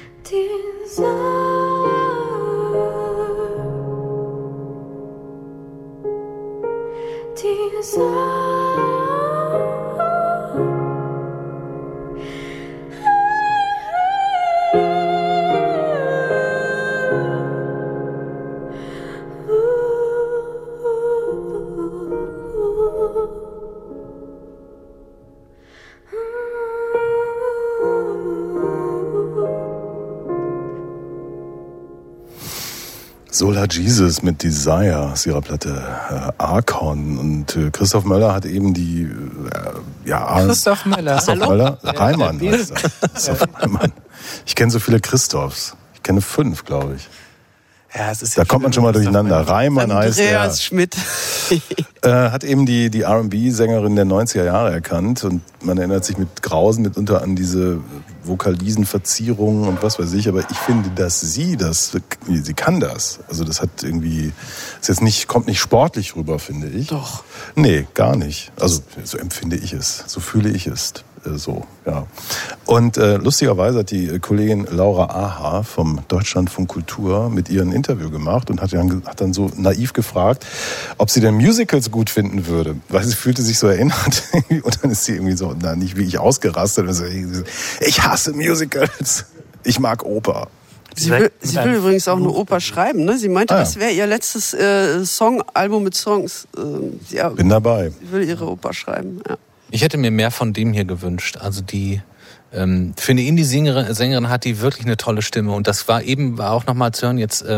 Solar Jesus mit Desire aus ihrer Platte Archon. Und Christoph Möller hat eben die Christoph Möller. Reimann heißt er. Christoph Reimann. Ich kenne so viele Christophs. Ich kenne 5, glaube ich. Ja, es ist da kommt man schon mal durcheinander. Reimann heißt er. Andreas Schmidt. Hat eben die R&B-Sängerin der 90er Jahre erkannt und man erinnert sich mit Grausen mitunter an diese Vokalisenverzierungen und was weiß ich, aber ich finde, dass sie kann das. Also das hat irgendwie, kommt nicht sportlich rüber, finde ich. Doch. Nee, gar nicht. Also so empfinde ich es, so fühle ich es. Ja. Und lustigerweise hat die Kollegin Laura Aha vom Deutschlandfunk Kultur mit ihr ein Interview gemacht und hat dann so naiv gefragt, ob sie denn Musicals gut finden würde. Weil sie fühlte sich so erinnert und dann ist sie irgendwie so, nicht wie ich ausgerastet. Und so, ich hasse Musicals. Ich mag Oper. Sie will übrigens auch eine Oper schreiben, ne? Sie meinte, das wäre ihr letztes Album mit Songs. Bin dabei. Sie will ihre Oper schreiben, ja. Ich hätte mir mehr von dem hier gewünscht. Also die für eine Indie-Sängerin hat die wirklich eine tolle Stimme. Und das war auch nochmal zu hören jetzt,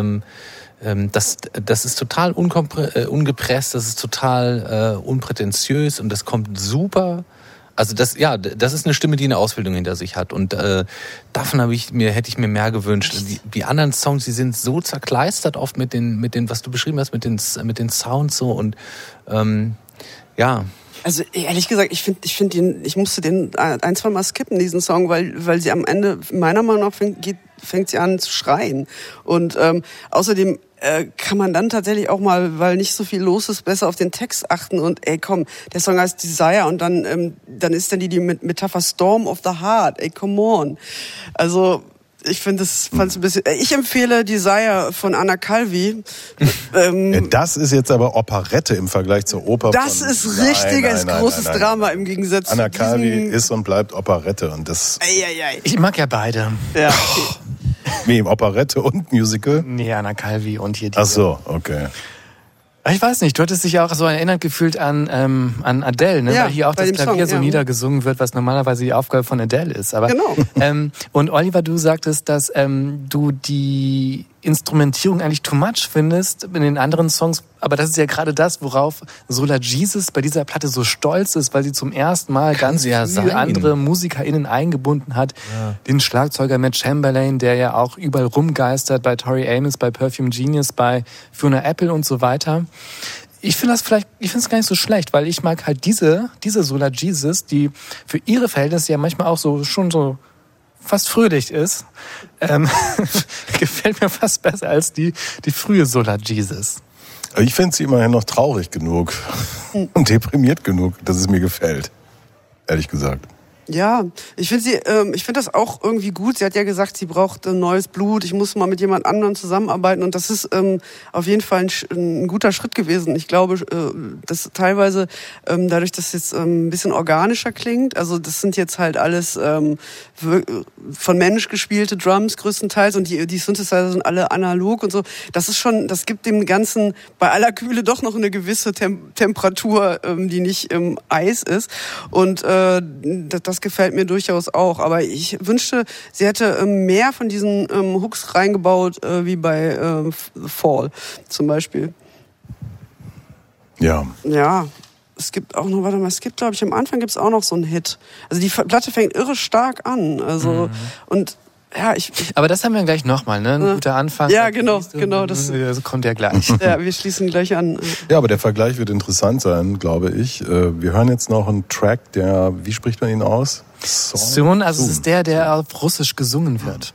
das ist total ungepresst, das ist total unprätentiös und das kommt super. Also das ist eine Stimme, die eine Ausbildung hinter sich hat. Und davon hätte ich mir mehr gewünscht. Die anderen Songs, die sind so zerkleistert oft mit den, was du beschrieben hast, mit den Sounds so und ja. Also ehrlich gesagt, ich musste den ein, zwei Mal skippen, diesen Song, weil sie am Ende, meiner Meinung nach, fängt sie an zu schreien. Und außerdem kann man dann tatsächlich auch mal, weil nicht so viel los ist, besser auf den Text achten und der Song heißt Desire und dann ist dann die Metapher Storm of the Heart, come on. Also ich finde, fand's ein bisschen. Ich empfehle Desire von Anna Calvi. Das ist jetzt aber Operette im Vergleich zur Oper. Das ist richtiges großes Drama im Gegensatz Anna zu Calvi ist und bleibt Operette und das. Ich mag ja beide. Ja. Wie, Operette und Musical? Nee, Anna Calvi und hier die. Ach so, okay. Ich weiß nicht, du hattest dich ja auch so erinnert gefühlt an Adele, ne? Ja, weil hier auch das Klavier so niedergesungen wird, was normalerweise die Aufgabe von Adele ist. Aber, genau. Und Oliver, du sagtest, dass du die Instrumentierung eigentlich too much findest in den anderen Songs, aber das ist ja gerade das, worauf Solar Jesus bei dieser Platte so stolz ist, weil sie zum ersten Mal ganz viele andere MusikerInnen eingebunden hat. Ja. Den Schlagzeuger Matt Chamberlain, der ja auch überall rumgeistert, bei Tori Amos, bei Perfume Genius, bei Fiona Apple und so weiter. Ich finde es gar nicht so schlecht, weil ich mag halt diese Solar Jesus, die für ihre Verhältnisse ja manchmal auch schon so fast fröhlich ist, gefällt mir fast besser als die frühe Solar Jesus. Ich finde sie immerhin noch traurig genug und deprimiert genug, dass es mir gefällt, ehrlich gesagt. Ja, ich finde das auch irgendwie gut. Sie hat ja gesagt, sie braucht neues Blut. Ich muss mal mit jemand anderem zusammenarbeiten. Und das ist auf jeden Fall ein guter Schritt gewesen. Ich glaube, dass teilweise dadurch, dass es jetzt ein bisschen organischer klingt, also das sind jetzt halt alles von Mensch gespielte Drums größtenteils und die Synthesizer sind alle analog und so. Das gibt dem Ganzen bei aller Kühle doch noch eine gewisse Temperatur, die nicht Eis ist. Und das gefällt mir durchaus auch. Aber ich wünschte, sie hätte mehr von diesen Hooks reingebaut, wie bei Fall zum Beispiel. Ja. Ja. Es gibt auch noch, glaube ich, am Anfang gibt es auch noch so einen Hit. Also die Platte fängt irre stark an. Also, und ja, aber das haben wir gleich nochmal, ne? Ein guter Anfang. Ja, genau. Das kommt ja gleich. Ja, wir schließen gleich an. Ja, aber der Vergleich wird interessant sein, glaube ich. Wir hören jetzt noch einen Track, wie spricht man ihn aus? Soon, also es ist der auf Russisch gesungen wird.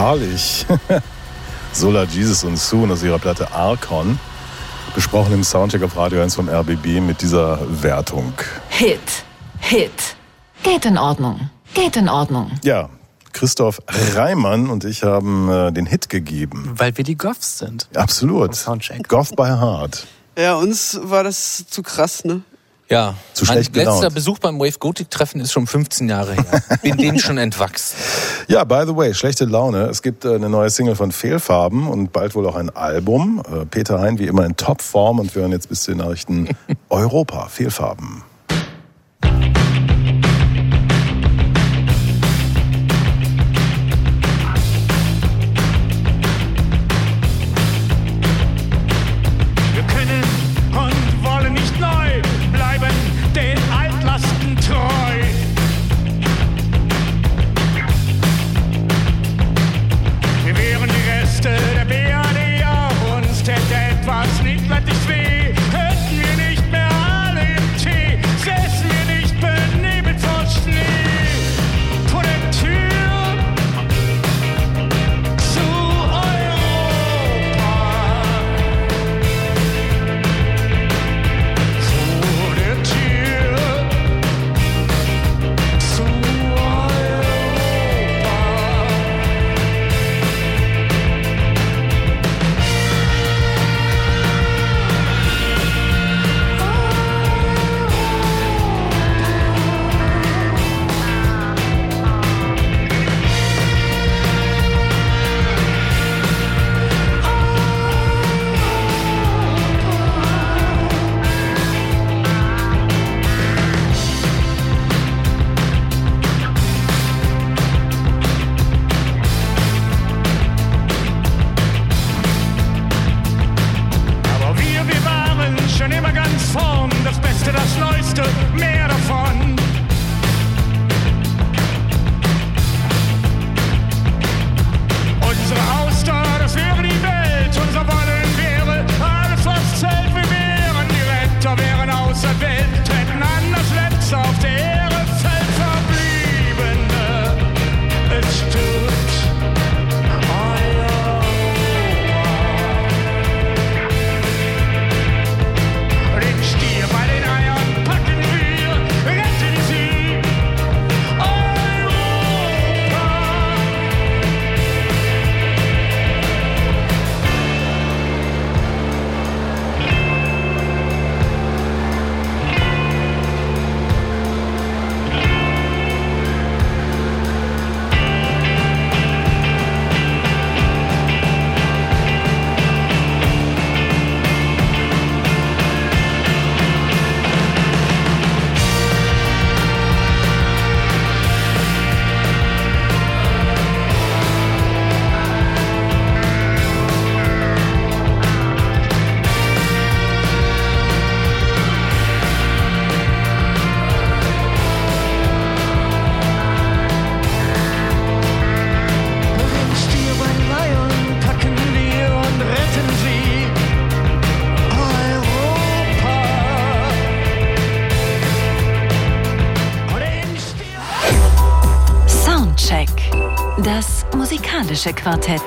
Wahrlich. Solar Jesus und Soon aus ihrer Platte Archon. Besprochen im Soundcheck auf Radio 1 vom RBB mit dieser Wertung. Hit. Geht in Ordnung. Ja, Christoph Reimann und ich haben den Hit gegeben. Weil wir die Goths sind. Absolut. Soundcheck. Goth by Heart. Ja, uns war das zu krass, ne? Ja, Zu mein schlecht gelaunt. letzter Besuch beim Wave Gothic Treffen ist schon 15 Jahre her. Bin denen schon entwachsen. Ja, by the way, schlechte Laune. Es gibt eine neue Single von Fehlfarben und bald wohl auch ein Album. Peter Hein wie immer in Topform und wir hören jetzt bis zu den Nachrichten Europa. Fehlfarben. Wir können und wollen nicht neu bleiben, den Altlasten treu. Wir wären die Reste der BRD, auch uns täte etwas nicht wirklich weh. Hätten wir nicht mehr alle im Tee, säßen wir nicht benebelt vor Schnee. Vor der Tür zu Europa. Vor der Tür zu Europa. Aber wir waren schon immer ganz vorn, das Beste, das Neueste, mehr davon. Unsere Ausdauer, das wäre die Welt, unser Wollen wäre alles, was zählt, wir wären die Retter, wären außer Welt, treten an das Letzte auf der Erde, Feld verbliebene, es tut Europa. Den Stier bei den Eiern packen wir, retten sie Europa. Den Stier bei den Eiern packen wir und retten sie Europa. Den Stier Soundcheck. Das musikalische Quartett.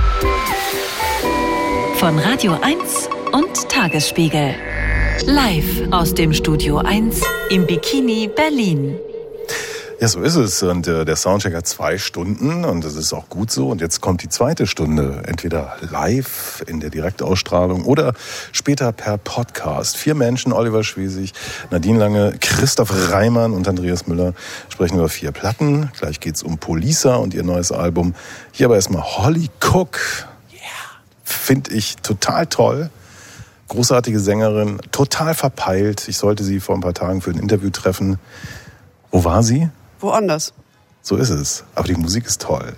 Von Radio 1 und Tagesspiegel. Live aus dem Studio 1 im Bikini Berlin. Ja, so ist es. Und der Soundcheck hat 2 Stunden und das ist auch gut so. Und jetzt kommt die zweite Stunde, entweder live in der Direktausstrahlung oder später per Podcast. 4 Menschen, Oliver Schwesig, Nadine Lange, Christoph Reimann und Andreas Müller sprechen über 4 Platten. Gleich geht's um Polisa und ihr neues Album. Hier aber erstmal Holly Cook. Finde ich total toll. Großartige Sängerin, total verpeilt. Ich sollte sie vor ein paar Tagen für ein Interview treffen. Wo war sie? Woanders. So ist es. Aber die Musik ist toll.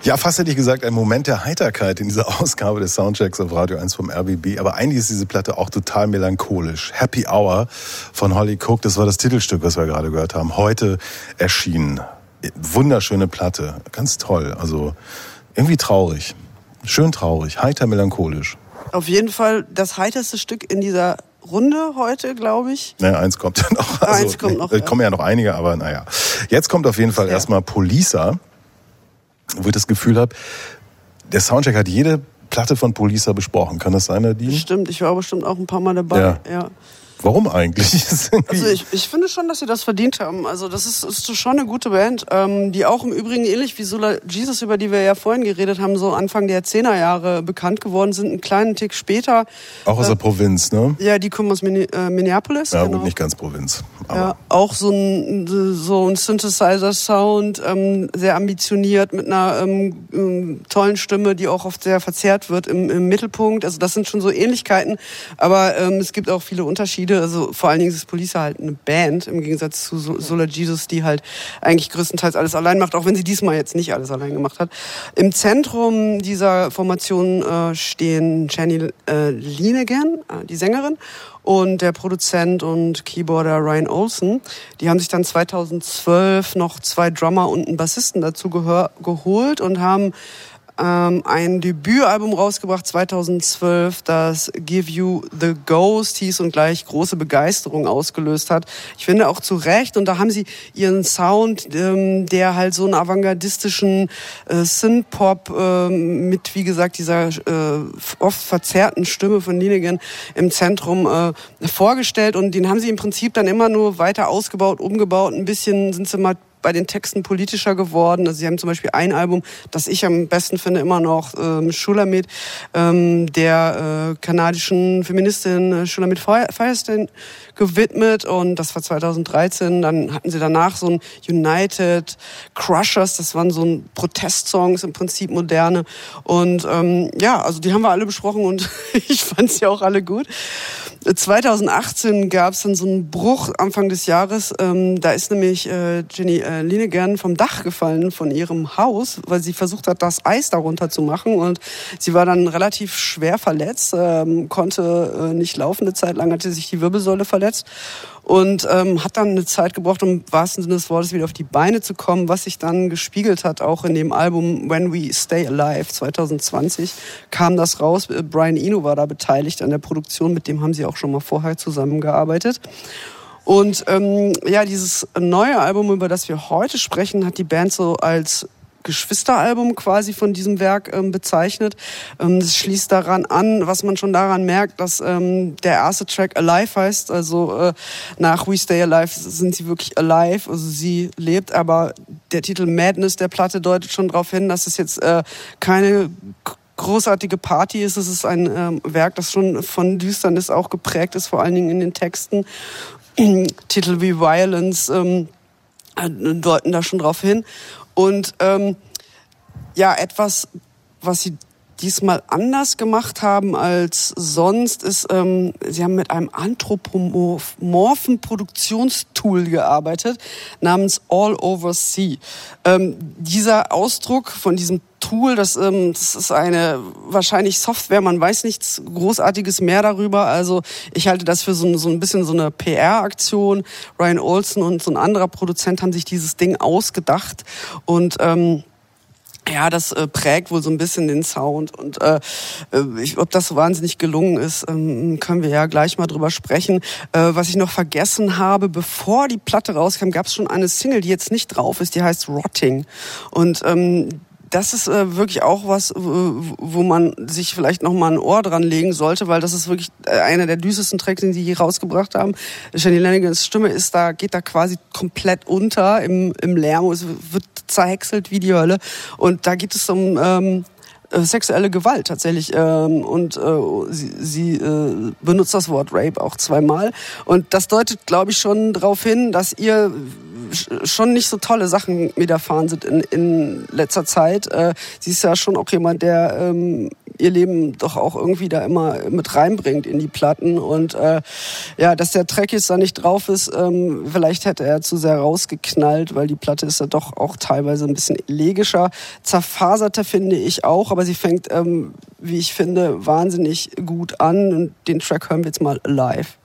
Ja, fast hätte ich gesagt, ein Moment der Heiterkeit in dieser Ausgabe des Soundchecks auf Radio 1 vom RBB. Aber eigentlich ist diese Platte auch total melancholisch. Happy Hour von Holly Cook, das war das Titelstück, was wir gerade gehört haben. Heute erschienen. Wunderschöne Platte, ganz toll. Also irgendwie traurig. Schön traurig, heiter melancholisch. Auf jeden Fall das heiterste Stück in dieser Runde heute, glaube ich. Naja, eins kommt ja noch. Also, eins kommt noch. Kommen ja noch einige, aber naja. Jetzt kommt auf jeden Fall erstmal Polisa, wo ich das Gefühl habe, der Soundcheck hat jede Platte von Polisa besprochen. Kann das sein, Nadine? Stimmt, ich war bestimmt auch ein paar Mal dabei. Ja. Warum eigentlich? Also ich finde schon, dass sie das verdient haben. Also das ist schon eine gute Band, die auch im Übrigen ähnlich wie Solar Jesus, über die wir ja vorhin geredet haben, so Anfang der 10er Jahre bekannt geworden sind, einen kleinen Tick später. Auch aus der Provinz, ne? Ja, die kommen aus Minneapolis. Ja, genau. Gut, nicht ganz Provinz. Aber ja, auch so ein Synthesizer-Sound, sehr ambitioniert, mit einer tollen Stimme, die auch oft sehr verzerrt wird im Mittelpunkt. Also das sind schon so Ähnlichkeiten, aber es gibt auch viele Unterschiede. Also vor allen Dingen ist Polisa halt eine Band, im Gegensatz zu Solar Jesus, die halt eigentlich größtenteils alles allein macht, auch wenn sie diesmal jetzt nicht alles allein gemacht hat. Im Zentrum dieser Formation stehen Jenny Linegan, die Sängerin, und der Produzent und Keyboarder Ryan Olsen. Die haben sich dann 2012 noch 2 Drummer und einen Bassisten dazu geholt und haben ein Debütalbum rausgebracht 2012, das Give You the Ghost hieß und gleich große Begeisterung ausgelöst hat. Ich finde auch zu Recht, und da haben sie ihren Sound, der halt so einen avantgardistischen Synth-Pop mit, wie gesagt, dieser oft verzerrten Stimme von Linegan im Zentrum vorgestellt, und den haben sie im Prinzip dann immer nur weiter ausgebaut, umgebaut. Ein bisschen sind sie mal bei den Texten politischer geworden. Also sie haben zum Beispiel ein Album, das ich am besten finde, immer noch Shulamit, der kanadischen Feministin Shulamit Firestein gewidmet, und das war 2013. Dann hatten sie danach so ein United Crushers, das waren so ein Protestsongs, im Prinzip moderne, und also die haben wir alle besprochen und ich fand sie auch alle gut. 2018 gab es dann so einen Bruch Anfang des Jahres. Da ist nämlich Jenny Linegan vom Dach gefallen von ihrem Haus, weil sie versucht hat, das Eis darunter zu machen. Und sie war dann relativ schwer verletzt, konnte nicht laufen eine Zeit lang, hatte sich die Wirbelsäule verletzt. Und hat dann eine Zeit gebraucht, um im wahrsten Sinne des Wortes wieder auf die Beine zu kommen, was sich dann gespiegelt hat, auch in dem Album When We Stay Alive 2020 kam das raus. Brian Eno war da beteiligt an der Produktion, mit dem haben sie auch schon mal vorher zusammengearbeitet. Und dieses neue Album, über das wir heute sprechen, hat die Band so als Geschwisteralbum quasi von diesem Werk bezeichnet. Das schließt daran an, was man schon daran merkt, dass der erste Track Alive heißt. Also nach We Stay Alive sind sie wirklich alive, also sie lebt. Aber der Titel Madness der Platte deutet schon darauf hin, dass es jetzt keine großartige Party ist. Es ist ein Werk, das schon von Düsternis auch geprägt ist, vor allen Dingen in den Texten. Titel wie Violence deuten da schon drauf hin. Und etwas, was sie diesmal anders gemacht haben als sonst, ist, sie haben mit einem anthropomorphen Produktionstool gearbeitet, namens All Over Sea. Dieser Ausdruck von diesem Tool, das ist eine wahrscheinlich Software, man weiß nichts Großartiges mehr darüber. Also ich halte das für so ein bisschen so eine PR-Aktion. Ryan Olsen und so ein anderer Produzent haben sich dieses Ding ausgedacht, und das prägt wohl so ein bisschen den Sound, und ob das so wahnsinnig gelungen ist, können wir ja gleich mal drüber sprechen. Was ich noch vergessen habe, bevor die Platte rauskam, gab es schon eine Single, die jetzt nicht drauf ist, die heißt Rotting, und das ist wirklich auch was, wo man sich vielleicht noch mal ein Ohr dran legen sollte, weil das ist wirklich einer der düstersten Tracks, den sie je rausgebracht haben. Jenny Linegans Stimme geht da quasi komplett unter im Lärm. Es wird zerhäckselt wie die Hölle. Und da geht es um sexuelle Gewalt tatsächlich. Und sie benutzt das Wort Rape auch 2-mal. Und das deutet, glaube ich, schon darauf hin, dass ihr schon nicht so tolle Sachen widerfahren sind in letzter Zeit. Sie ist ja schon auch jemand, der ihr Leben doch auch irgendwie da immer mit reinbringt in die Platten. Und dass der Track jetzt da nicht drauf ist, vielleicht hätte er zu sehr rausgeknallt, weil die Platte ist ja doch auch teilweise ein bisschen elegischer, zerfaserter finde ich auch, aber sie fängt, wie ich finde, wahnsinnig gut an. Und den Track hören wir jetzt mal live.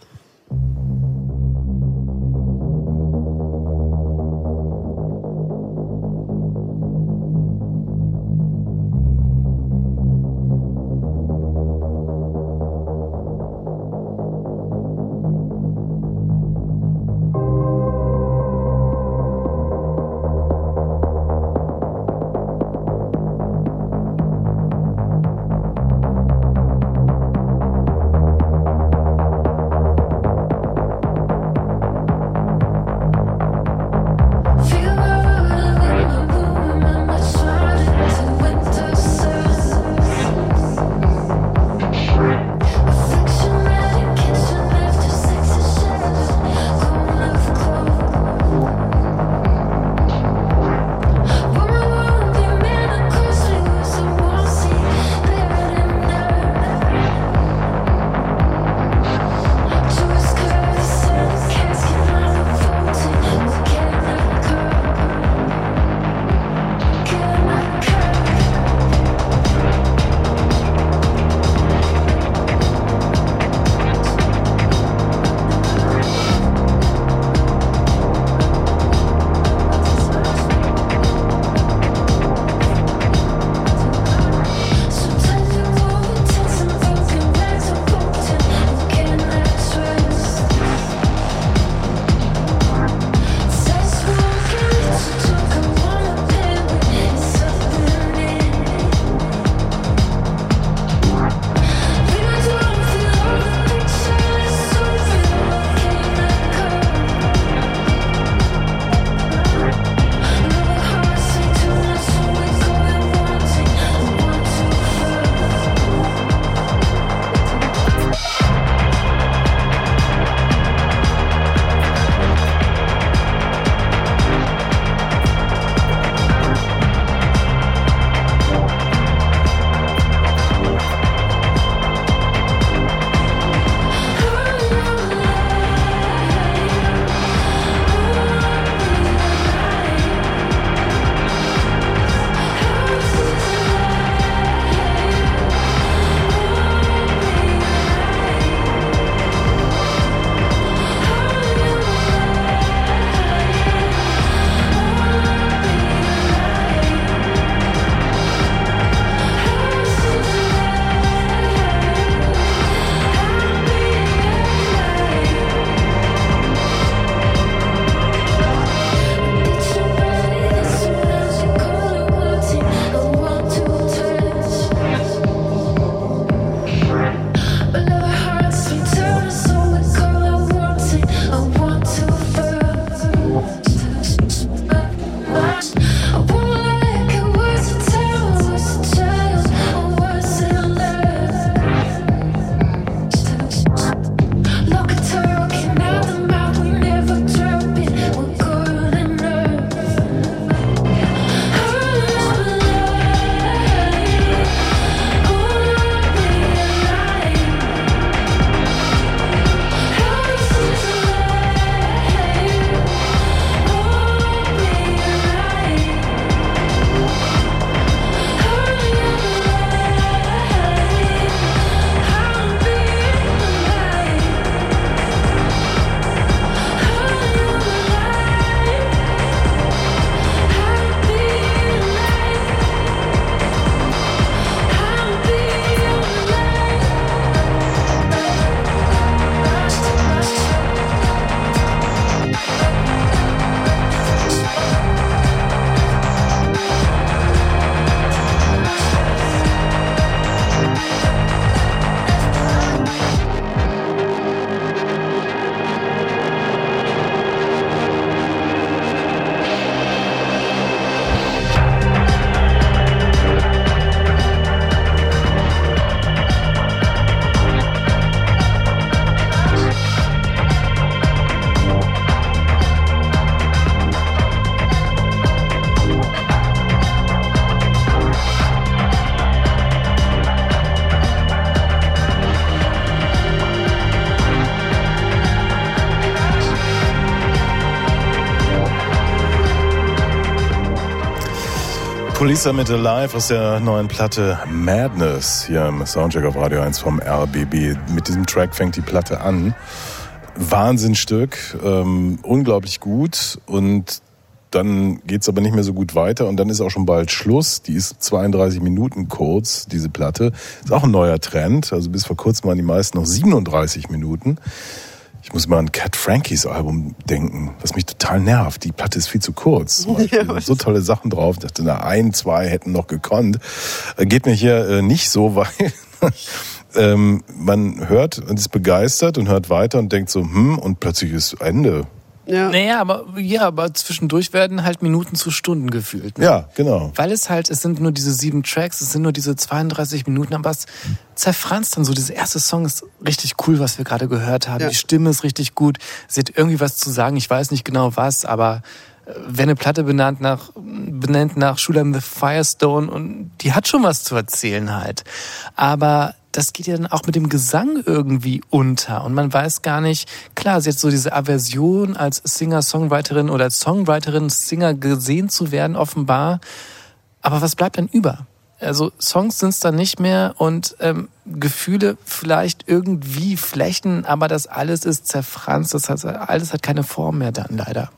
Police mit Alive aus der neuen Platte Madness hier im Soundcheck auf Radio 1 vom RBB. Mit diesem Track fängt die Platte an. Wahnsinnstück, unglaublich gut und dann geht's aber nicht mehr so gut weiter und dann ist auch schon bald Schluss. Die ist 32 Minuten kurz, diese Platte. Ist auch ein neuer Trend, also bis vor kurzem waren die meisten noch 37 Minuten. Ich muss mal an Cat Frankies Album denken, was mich total nervt. Die Platte ist viel zu kurz. Ja, so tolle Sachen drauf. Ich dachte, 1, 2 hätten noch gekonnt. Geht mir hier nicht so, weil man hört und ist begeistert und hört weiter und denkt so, und plötzlich ist Ende. Ja. Naja, aber zwischendurch werden halt Minuten zu Stunden gefühlt. Ne? Ja, genau. Weil es sind nur diese 7 Tracks, es sind nur diese 32 Minuten, aber es zerfranst dann so. Dieser erste Song ist richtig cool, was wir gerade gehört haben. Ja. Die Stimme ist richtig gut. Sie hat irgendwie was zu sagen, ich weiß nicht genau was, aber wer eine Platte benennt nach Shulam the Firestone und die hat schon was zu erzählen halt. Aber das geht ja dann auch mit dem Gesang irgendwie unter und man weiß gar nicht, klar, sie hat so diese Aversion als Singer-Songwriterin oder als Songwriterin, Singer gesehen zu werden offenbar, aber was bleibt dann über? Also Songs sind es dann nicht mehr und Gefühle vielleicht irgendwie Flächen, aber das alles ist zerfranst, das heißt, alles hat keine Form mehr dann leider.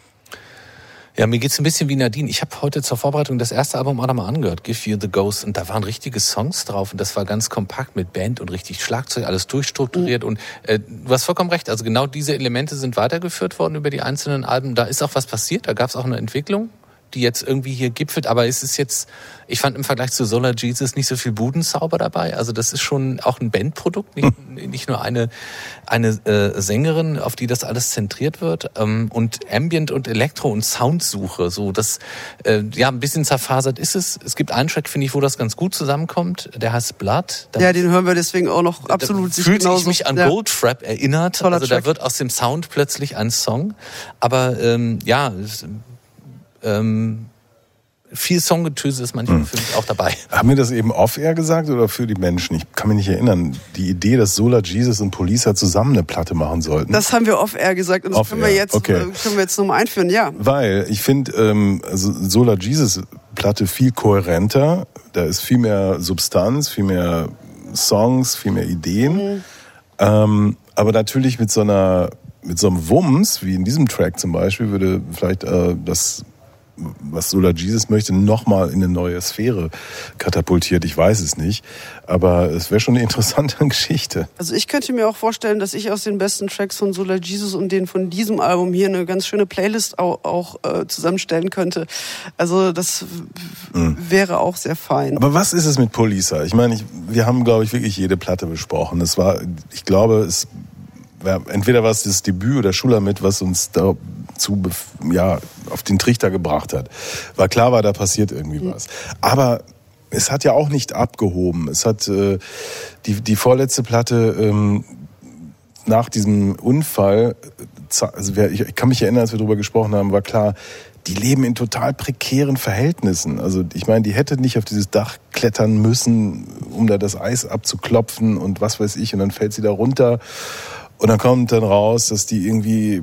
Ja, mir geht's ein bisschen wie Nadine. Ich habe heute zur Vorbereitung das erste Album auch nochmal angehört, Give You the Ghost, und da waren richtige Songs drauf und das war ganz kompakt mit Band und richtig Schlagzeug, alles durchstrukturiert und du hast vollkommen recht, also genau diese Elemente sind weitergeführt worden über die einzelnen Alben. Da ist auch was passiert, da gab's auch eine Entwicklung, die jetzt irgendwie hier gipfelt, aber es ist jetzt, ich fand im Vergleich zu Solar Jesus nicht so viel Budenzauber dabei, also das ist schon auch ein Bandprodukt, nicht nur eine Sängerin, auf die das alles zentriert wird, und Ambient und Elektro und Soundsuche, so das, ein bisschen zerfasert ist es. Es gibt einen Track, finde ich, wo das ganz gut zusammenkommt, der heißt Blood. Ja, den hören wir deswegen auch noch absolut. Da fühlt ich mich an Goldfrapp erinnert, toller also Track. Da wird aus dem Sound plötzlich ein Song, aber viel Songgetöse ist manchmal für mich auch dabei. Haben wir das eben off-air gesagt oder für die Menschen? Ich kann mich nicht erinnern. Die Idee, dass Solar Jesus und Police zusammen eine Platte machen sollten. Das haben wir off-air gesagt und das können wir jetzt nochmal einführen, ja. Weil ich finde, Solar Jesus Platte viel kohärenter. Da ist viel mehr Substanz, viel mehr Songs, viel mehr Ideen. Aber natürlich mit so einem Wumms, wie in diesem Track zum Beispiel, würde vielleicht das, was Solar Jesus möchte, nochmal in eine neue Sphäre katapultiert. Ich weiß es nicht. Aber es wäre schon eine interessante Geschichte. Also ich könnte mir auch vorstellen, dass ich aus den besten Tracks von Solar Jesus und den von diesem Album hier eine ganz schöne Playlist auch zusammenstellen könnte. Also das wäre auch sehr fein. Aber was ist es mit Police? Ich meine, wir haben, glaube ich, wirklich jede Platte besprochen. Entweder war es das Debüt oder Shulamit, was uns dazu auf den Trichter gebracht hat. War klar, da passiert irgendwie was. Aber es hat ja auch nicht abgehoben. Es hat die vorletzte Platte nach diesem Unfall, also ich kann mich erinnern, als wir darüber gesprochen haben, war klar, die leben in total prekären Verhältnissen. Also ich meine, die hätte nicht auf dieses Dach klettern müssen, um da das Eis abzuklopfen und was weiß ich, und dann fällt sie da runter. Und dann kommt dann raus, dass die irgendwie,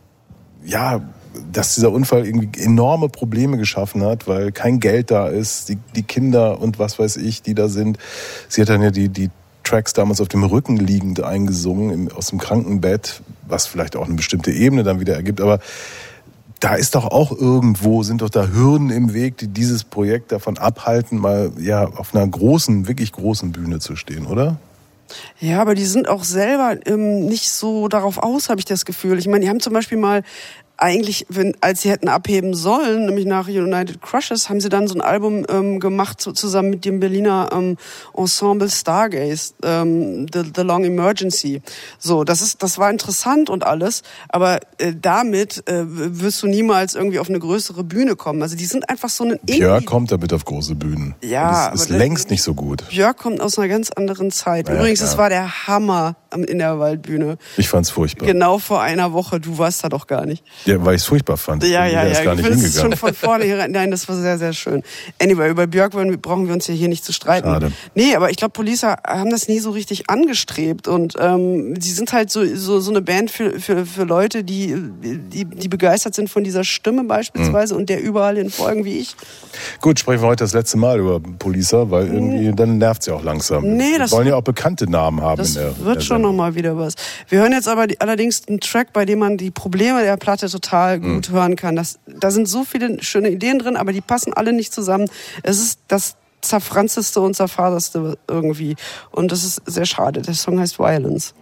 dass dieser Unfall irgendwie enorme Probleme geschaffen hat, weil kein Geld da ist, die Kinder und was weiß ich, die da sind. Sie hat dann ja die Tracks damals auf dem Rücken liegend eingesungen, aus dem Krankenbett, was vielleicht auch eine bestimmte Ebene dann wieder ergibt. Aber da ist doch auch sind doch da Hürden im Weg, die dieses Projekt davon abhalten, mal auf einer wirklich großen Bühne zu stehen, oder? Ja, aber die sind auch selber nicht so darauf aus, habe ich das Gefühl. Ich meine, die haben zum Beispiel mal eigentlich, als sie hätten abheben sollen, nämlich nach United Crushes, haben sie dann so ein Album gemacht, zusammen mit dem Berliner Ensemble Stargaze, The Long Emergency. So, das war interessant und alles, aber damit wirst du niemals irgendwie auf eine größere Bühne kommen. Also die sind einfach so ein... Björk kommt damit auf große Bühnen. Ja, das ist längst nicht so gut. Björk kommt aus einer ganz anderen Zeit. Übrigens, es war der Hammer in der Waldbühne. Ich fand's furchtbar. Genau vor einer Woche, du warst da doch gar nicht. Ja, weil ich es furchtbar fand. Ja. Ist gar nicht Das ist hingegangen. schon von vornherein. Nein, das war sehr, sehr schön. Anyway, über Björk brauchen wir uns ja hier nicht zu streiten. Schade. Nee, aber ich glaube, Police haben das nie so richtig angestrebt. Und sie sind halt so eine Band für Leute, die begeistert sind von dieser Stimme beispielsweise und der überall hin folgen wie ich. Gut, sprechen wir heute das letzte Mal über Police, weil irgendwie dann nervt sie auch langsam. Nee, wir wollen ja auch bekannte Namen haben. Das in der wird schon nochmal wieder was. Wir hören jetzt aber allerdings einen Track, bei dem man die Probleme der Platte total gut hören kann. Da sind so viele schöne Ideen drin, aber die passen alle nicht zusammen. Es ist das zerfranzteste und zerfaderste irgendwie. Und das ist sehr schade. Der Song heißt Violence.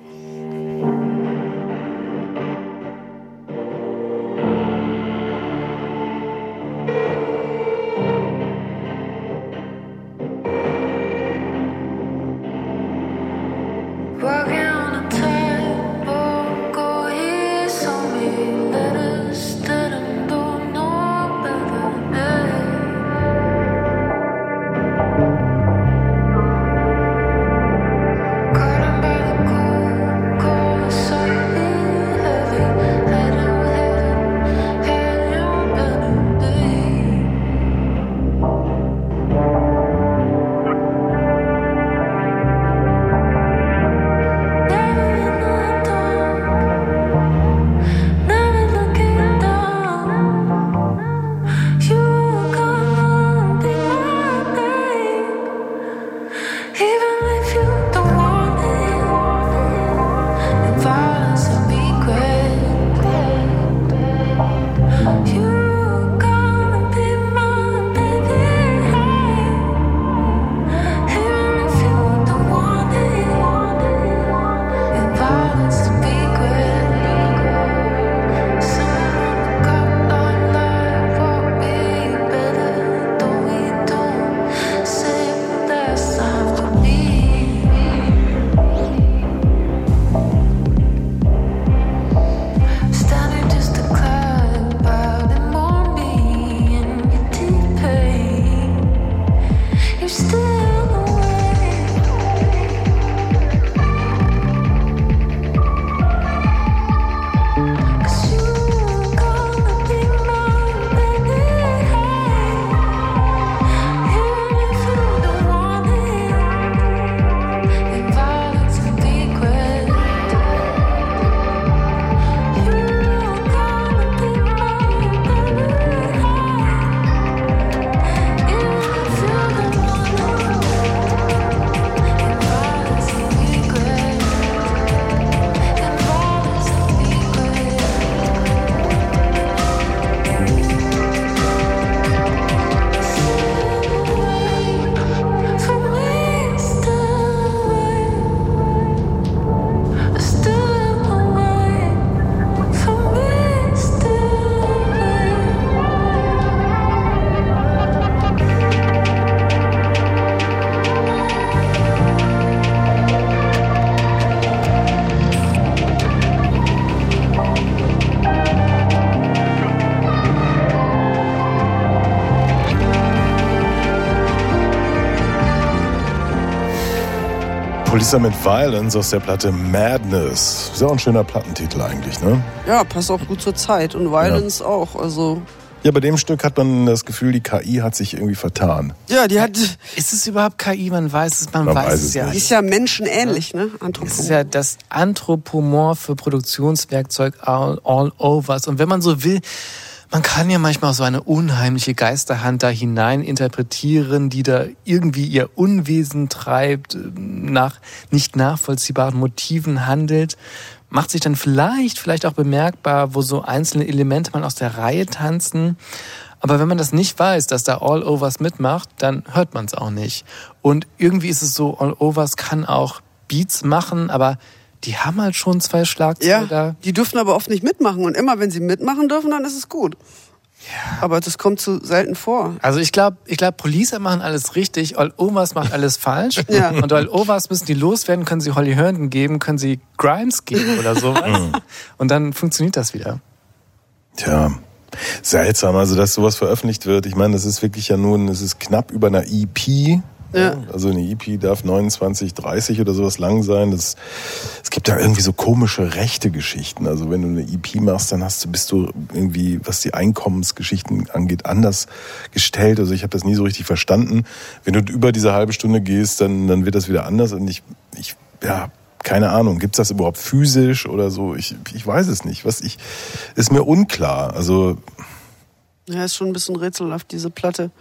Police mit Violence aus der Platte Madness. Ist ja auch ein schöner Plattentitel eigentlich, ne? Ja, passt auch gut zur Zeit. Und Violence auch, also... Ja, bei dem Stück hat man das Gefühl, die KI hat sich irgendwie vertan. Ja, die hat... Ist es überhaupt KI? Man weiß es, man weiß es ja. Die ist ja menschenähnlich, ne? Es ist ja das anthropomorphe Produktionswerkzeug all overs. Und wenn man so will, man kann ja manchmal auch so eine unheimliche Geisterhand da hinein interpretieren, die da irgendwie ihr Unwesen treibt, nach nicht nachvollziehbaren Motiven handelt. Macht sich dann vielleicht auch bemerkbar, wo so einzelne Elemente mal aus der Reihe tanzen. Aber wenn man das nicht weiß, dass da All Overs mitmacht, dann hört man es auch nicht. Und irgendwie ist es so, All Overs kann auch Beats machen, aber die haben halt schon 2 Schlagzeuger. Ja, die dürfen aber oft nicht mitmachen. Und immer, wenn sie mitmachen dürfen, dann ist es gut. Ja. Aber das kommt zu selten vor. Also ich glaube, Police machen alles richtig, All Overs macht alles falsch. Ja. Und All Overs müssen die loswerden, können sie Holly Herndon geben, können sie Grimes geben oder sowas. Und dann funktioniert das wieder. Tja, seltsam, also dass sowas veröffentlicht wird. Ich meine, das ist wirklich ja nun, es ist knapp über einer EP. Ja. Also eine EP darf 29, 30 oder sowas lang sein. Es gibt ja irgendwie so komische rechte Geschichten. Also wenn du eine EP machst, dann bist du irgendwie, was die Einkommensgeschichten angeht, anders gestellt. Also ich habe das nie so richtig verstanden. Wenn du über diese halbe Stunde gehst, dann wird das wieder anders. Und ich keine Ahnung, gibt's das überhaupt physisch oder so? Ich weiß es nicht. Ist mir unklar. Also Ja, ist schon ein bisschen rätselhaft, diese Platte.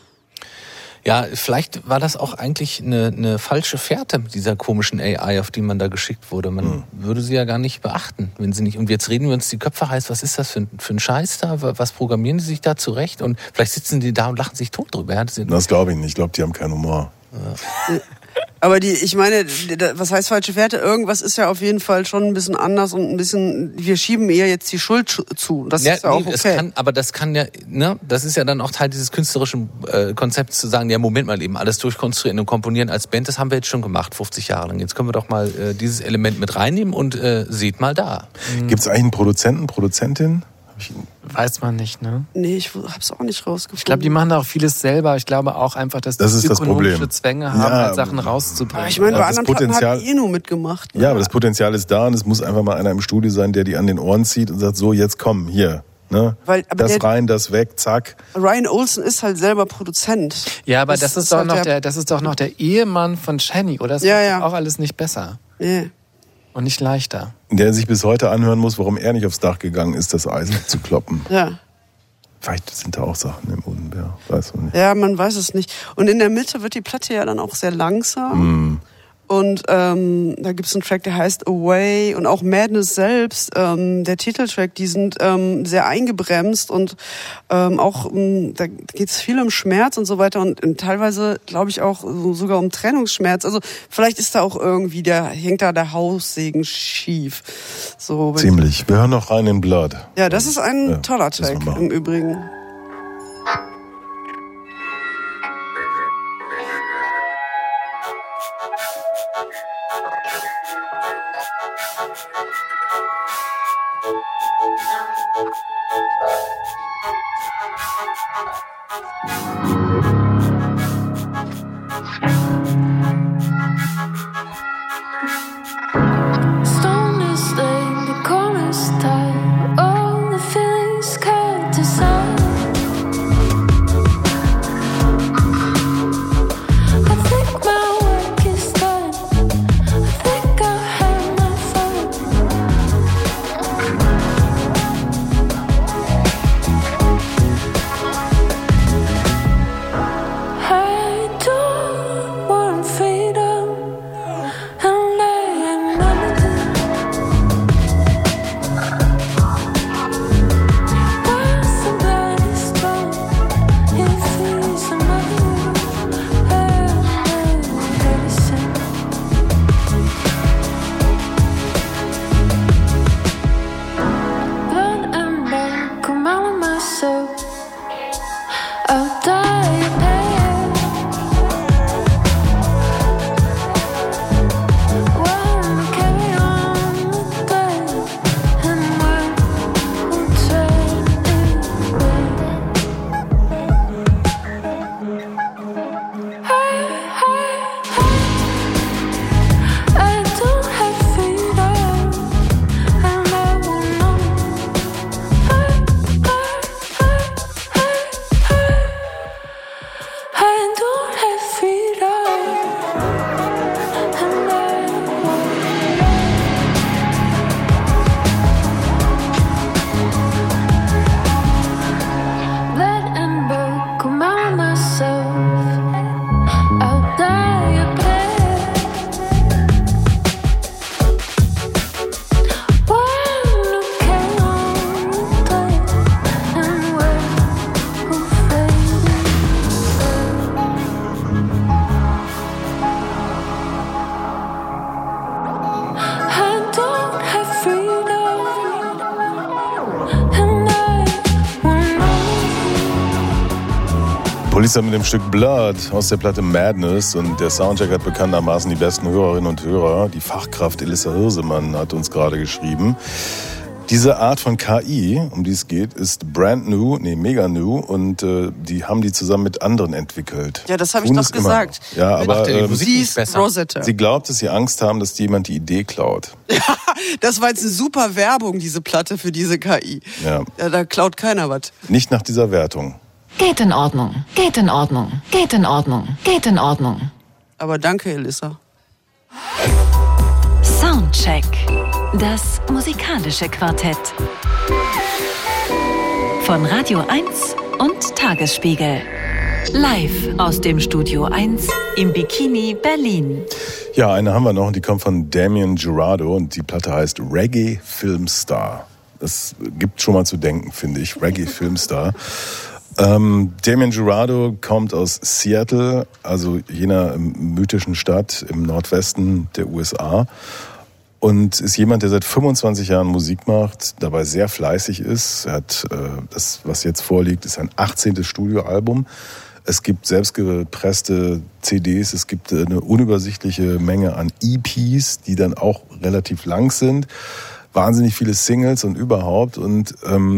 Ja, vielleicht war das auch eigentlich eine falsche Fährte mit dieser komischen AI, auf die man da geschickt wurde. Man würde sie ja gar nicht beachten, wenn sie nicht. Und jetzt reden wir uns die Köpfe heiß, was ist das für ein Scheiß da? Was programmieren die sich da zurecht? Und vielleicht sitzen die da und lachen sich tot drüber. Ja, das glaube ich nicht. Ich glaube, die haben keinen Humor. Ja. Aber ich meine, was heißt falsche Fährte? Irgendwas ist ja auf jeden Fall schon ein bisschen anders und ein bisschen, wir schieben eher jetzt die Schuld zu. Das ist ja auch okay. Das kann ja, ne, das ist ja dann auch Teil dieses künstlerischen Konzepts zu sagen, ja, Moment mal eben, alles durchkonstruieren und komponieren als Band, das haben wir jetzt schon gemacht, 50 Jahre lang. Jetzt können wir doch mal dieses Element mit reinnehmen und seht mal da. Gibt's eigentlich einen Produzenten, Produzentin? Weiß man nicht, ne? Nee, ich hab's auch nicht rausgefunden. Ich glaube, die machen da auch vieles selber. Ich glaube auch einfach, dass die ökonomische Zwänge haben, halt Sachen rauszubringen. Aber ich meine, bei anderen Platten hat nur mitgemacht. Ne? Ja, aber das Potenzial ist da und es muss einfach mal einer im Studio sein, der die an den Ohren zieht und sagt, so, jetzt komm, hier. Ne? Das rein, das weg, zack. Ryan Olsen ist halt selber Produzent. Ja, aber das ist doch noch der Ehemann von Shanny, oder? Das macht auch alles nicht besser. Nee. Und nicht leichter. Der sich bis heute anhören muss, warum er nicht aufs Dach gegangen ist, das Eisen zu kloppen. Ja. Vielleicht sind da auch Sachen im Boden, weiß man nicht. Ja, man weiß es nicht. Und in der Mitte wird die Platte ja dann auch sehr langsam. Und da gibt's einen Track, der heißt Away, und auch Madness selbst, der Titeltrack, die sind sehr eingebremst und auch da geht's viel um Schmerz und so weiter und teilweise, glaube ich, auch sogar um Trennungsschmerz. Also vielleicht ist da auch irgendwie hängt da der Haussegen schief. So, ziemlich. Wir hören noch rein in Blood. Ja, das ist ein toller Track im Übrigen. Police mit dem Stück Blood aus der Platte Madness, und der Soundcheck hat bekanntermaßen die besten Hörerinnen und Hörer. Die Fachkraft Elissa Hirsemann hat uns gerade geschrieben. Diese Art von KI, um die es geht, ist mega new und die haben die zusammen mit anderen entwickelt. Ja, das habe ich doch gesagt. Ja, aber sie ist Rosetta. Sie glaubt, dass sie Angst haben, dass jemand die Idee klaut. Ja, das war jetzt eine super Werbung, diese Platte für diese KI. Ja. Ja, da klaut keiner was. Nicht nach dieser Wertung. Geht in Ordnung, geht in Ordnung, geht in Ordnung, geht in Ordnung. Aber danke, Elissa. Soundcheck. Das musikalische Quartett. Von Radio 1 und Tagesspiegel. Live aus dem Studio 1 im Bikini Berlin. Ja, eine haben wir noch und die kommt von Damien Jurado und die Platte heißt Reggae Filmstar. Das gibt schon mal zu denken, finde ich. Reggae Filmstar. Damien Jurado kommt aus Seattle, also jener mythischen Stadt im Nordwesten der USA. Und ist jemand, der seit 25 Jahren Musik macht, dabei sehr fleißig ist. Er hat das, was jetzt vorliegt, ist ein 18. Studioalbum. Es gibt selbstgepresste CDs, es gibt eine unübersichtliche Menge an EPs, die dann auch relativ lang sind. Wahnsinnig viele Singles und überhaupt. Und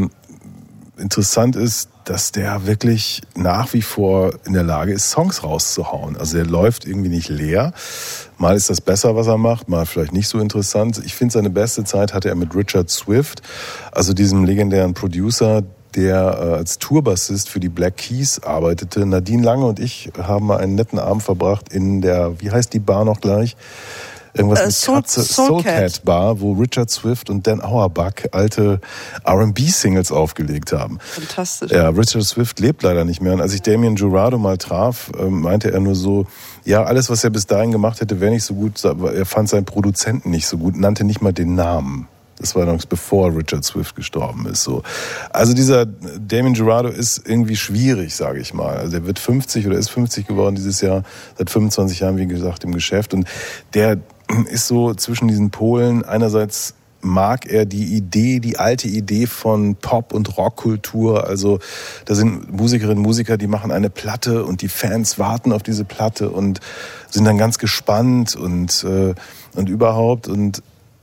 interessant ist, dass der wirklich nach wie vor in der Lage ist, Songs rauszuhauen. Also der läuft irgendwie nicht leer. Mal ist das besser, was er macht, mal vielleicht nicht so interessant. Ich finde, seine beste Zeit hatte er mit Richard Swift, also diesem legendären Producer, der als Tourbassist für die Black Keys arbeitete. Nadine Lange und ich haben mal einen netten Abend verbracht in der, wie heißt die Bar noch gleich? Irgendwas mit Katze, Soul Cat Bar, wo Richard Swift und Dan Auerbach alte R&B-Singles aufgelegt haben. Fantastisch. Ja, Richard Swift lebt leider nicht mehr. Und als ich Damien Jurado mal traf, meinte er nur so, ja, alles, was er bis dahin gemacht hätte, wäre nicht so gut. Er fand seinen Produzenten nicht so gut, nannte nicht mal den Namen. Das war noch bevor Richard Swift gestorben ist. So. Also dieser Damien Jurado ist irgendwie schwierig, sage ich mal. Also er wird 50 oder ist 50 geworden dieses Jahr, seit 25 Jahren, wie gesagt, im Geschäft. Und der ist so zwischen diesen Polen. Einerseits mag er die alte Idee von Pop- und Rockkultur. Also da sind Musikerinnen und Musiker, die machen eine Platte und die Fans warten auf diese Platte und sind dann ganz gespannt und überhaupt. Und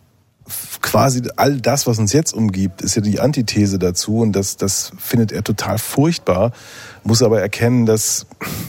quasi all das, was uns jetzt umgibt, ist ja die Antithese dazu. Und das findet er total furchtbar, muss aber erkennen, dass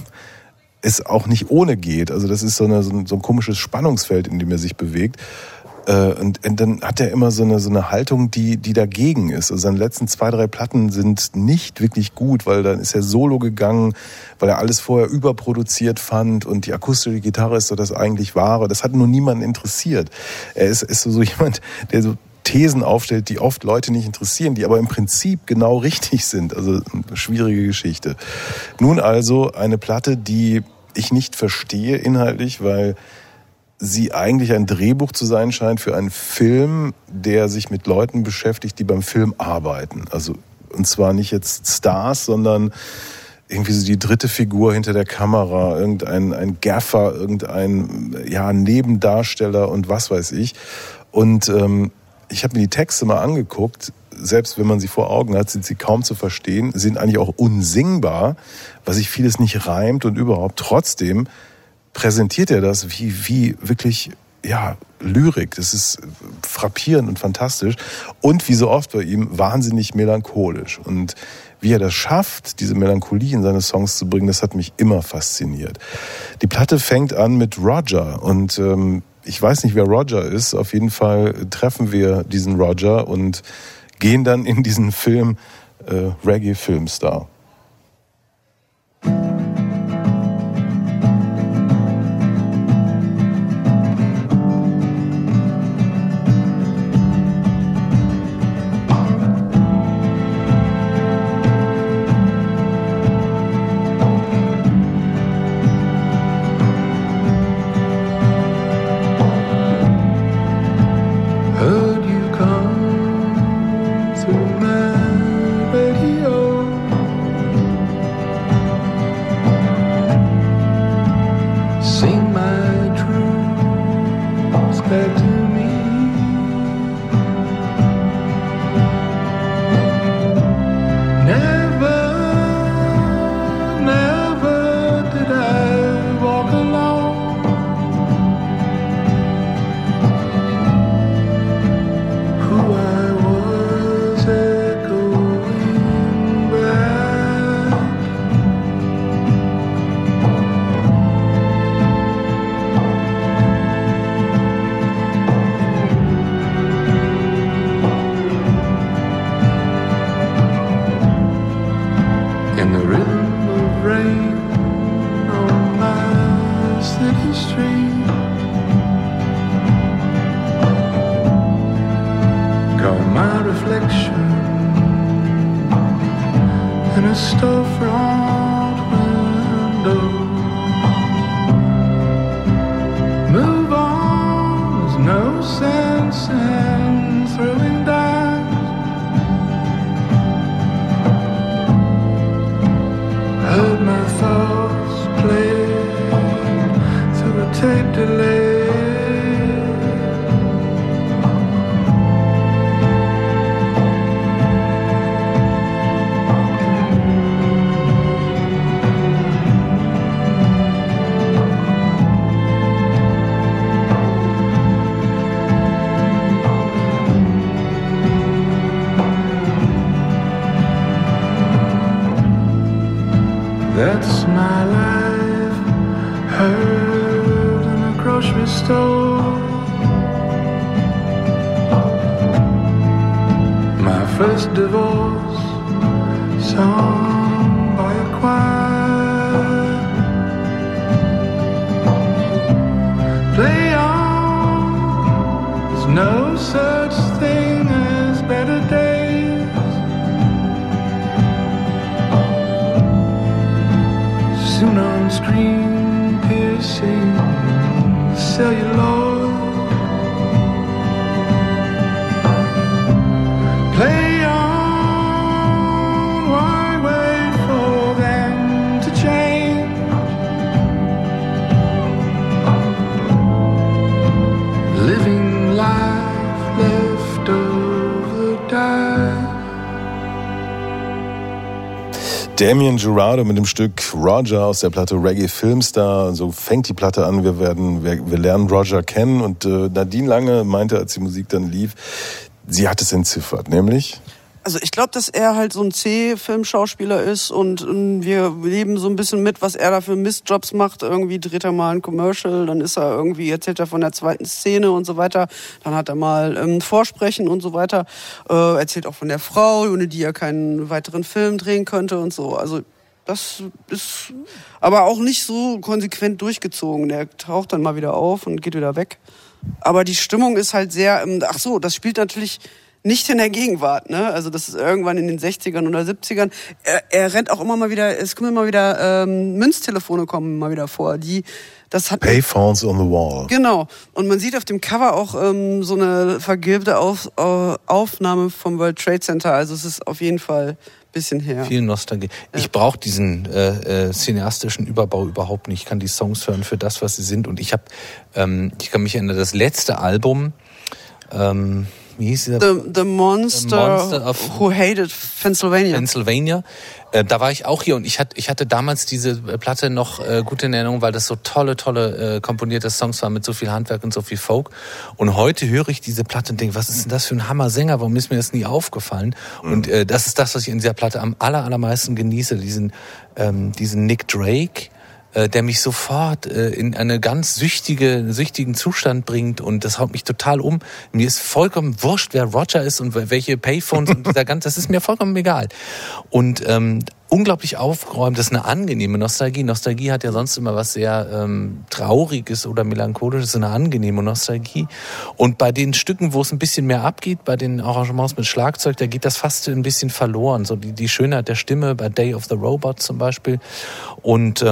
es auch nicht ohne geht. Also das ist so ein komisches Spannungsfeld, in dem er sich bewegt. Und dann hat er immer so eine Haltung, die dagegen ist. Also seine letzten 2, 3 Platten sind nicht wirklich gut, weil dann ist er solo gegangen, weil er alles vorher überproduziert fand und die akustische Gitarre ist so das eigentlich Wahre. Das hat nur niemanden interessiert. Er ist so jemand, der so Thesen aufstellt, die oft Leute nicht interessieren, die aber im Prinzip genau richtig sind. Also eine schwierige Geschichte. Nun also eine Platte, die ich nicht verstehe inhaltlich, weil sie eigentlich ein Drehbuch zu sein scheint für einen Film, der sich mit Leuten beschäftigt, die beim Film arbeiten. Also, und zwar nicht jetzt Stars, sondern irgendwie so die dritte Figur hinter der Kamera, ein Gaffer, Nebendarsteller und was weiß ich. Und ich habe mir die Texte mal angeguckt. Selbst wenn man sie vor Augen hat, sind sie kaum zu verstehen, sind eigentlich auch unsingbar, weil sich vieles nicht reimt und überhaupt. Trotzdem präsentiert er das wie wirklich, ja, Lyrik. Das ist frappierend und fantastisch und wie so oft bei ihm wahnsinnig melancholisch. Und wie er das schafft, diese Melancholie in seine Songs zu bringen, das hat mich immer fasziniert. Die Platte fängt an mit Roger und ich weiß nicht, wer Roger ist. Auf jeden Fall treffen wir diesen Roger und gehen dann in diesen Film Reggae Filmstar. Heard you come through my radio. the storefront window. Move on, there's no sense in throwing dice. Heard my thoughts play through a tape delay. That's my life, heard in a grocery store. My first divorce, sung by a choir. Play on, there's no such thing as better days. Soon on screen, piercing celluloid. Play on, why wait for them to change? Living life left over died. Damien Jurado mit dem Stück Roger aus der Platte Reggae Filmstar. So fängt die Platte an. Wir lernen Roger kennen. Und Nadine Lange meinte, als die Musik dann lief, sie hat es entziffert, nämlich... Also ich glaube, dass er halt so ein C-Filmschauspieler ist und wir leben so ein bisschen mit, was er da für Mistjobs macht. Irgendwie dreht er mal ein Commercial, dann ist er irgendwie, erzählt er von der zweiten Szene und so weiter. Dann hat er mal ein Vorsprechen und so weiter. Erzählt auch von der Frau, ohne die er keinen weiteren Film drehen könnte und so. Also das ist aber auch nicht so konsequent durchgezogen. Der taucht dann mal wieder auf und geht wieder weg. Aber die Stimmung ist halt sehr, ach so, das spielt natürlich nicht in der Gegenwart, ne? Also das ist irgendwann in den 60ern oder 70ern. Er rennt auch immer mal wieder, es kommen immer wieder Münztelefone kommen mal wieder vor. Das hat Payphones on the wall. Genau. Und man sieht auf dem Cover auch so eine vergilbte Aufnahme vom World Trade Center. Also es ist auf jeden Fall ein bisschen her. Viel Nostalgie. Ja. Ich brauche diesen cineastischen Überbau überhaupt nicht. Ich kann die Songs hören für das, was sie sind. Und ich kann mich erinnern, das letzte Album, wie hieß dieser? The Monster of Who Hated Pennsylvania. Da war ich auch hier und ich hatte damals diese Platte noch gut in Erinnerung, weil das so tolle komponierte Songs waren mit so viel Handwerk und so viel Folk. Und heute höre ich diese Platte und denke, was ist denn das für ein Hammer-Sänger? Warum ist mir das nie aufgefallen? Und das ist das, was ich in dieser Platte am allermeisten genieße, diesen Nick Drake, der mich sofort in eine ganz süchtigen Zustand bringt und das haut mich total um. Mir ist vollkommen wurscht, wer Roger ist und welche Payphones und das ist mir vollkommen egal. Und unglaublich aufgeräumt, das ist eine angenehme Nostalgie. Nostalgie hat ja sonst immer was sehr Trauriges oder Melancholisches, eine angenehme Nostalgie. Und bei den Stücken, wo es ein bisschen mehr abgeht, bei den Arrangements mit Schlagzeug, da geht das fast ein bisschen verloren. So die Schönheit der Stimme bei Day of the Robot zum Beispiel. Und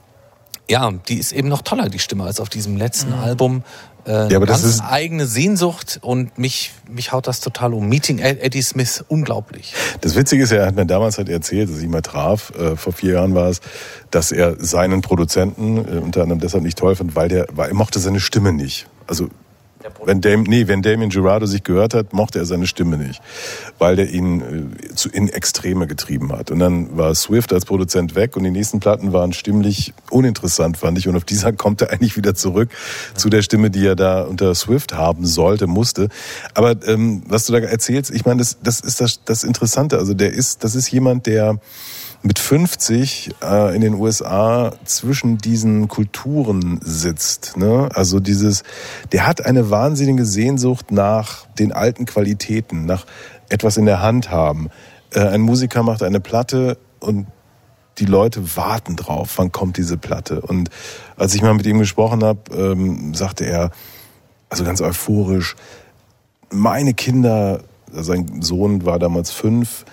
ja, die ist eben noch toller, die Stimme, als auf diesem letzten Album. Ja, aber das ist eigene Sehnsucht und mich haut das total um. Meeting Eddie Smith, unglaublich. Das Witzige ist, er hat mir damals halt erzählt, dass ich mal traf, vor 4 Jahren war es, dass er seinen Produzenten unter anderem deshalb nicht toll fand, weil er mochte seine Stimme nicht. Also wenn Damien Jurado sich gehört hat, mochte er seine Stimme nicht, weil der ihn in Extreme getrieben hat. Und dann war Swift als Produzent weg und die nächsten Platten waren stimmlich uninteressant, fand ich. Und auf dieser kommt er eigentlich wieder zurück zu der Stimme, die er da unter Swift haben musste. Aber was du da erzählst, ich meine, das ist das Interessante. Also das ist jemand, der mit 50 in den USA zwischen diesen Kulturen sitzt, ne? Also der hat eine wahnsinnige Sehnsucht nach den alten Qualitäten, nach etwas in der Hand haben. Ein Musiker macht eine Platte und die Leute warten drauf, wann kommt diese Platte. Und als ich mal mit ihm gesprochen habe, sagte er, also ganz euphorisch, meine Kinder, sein Sohn war damals 5,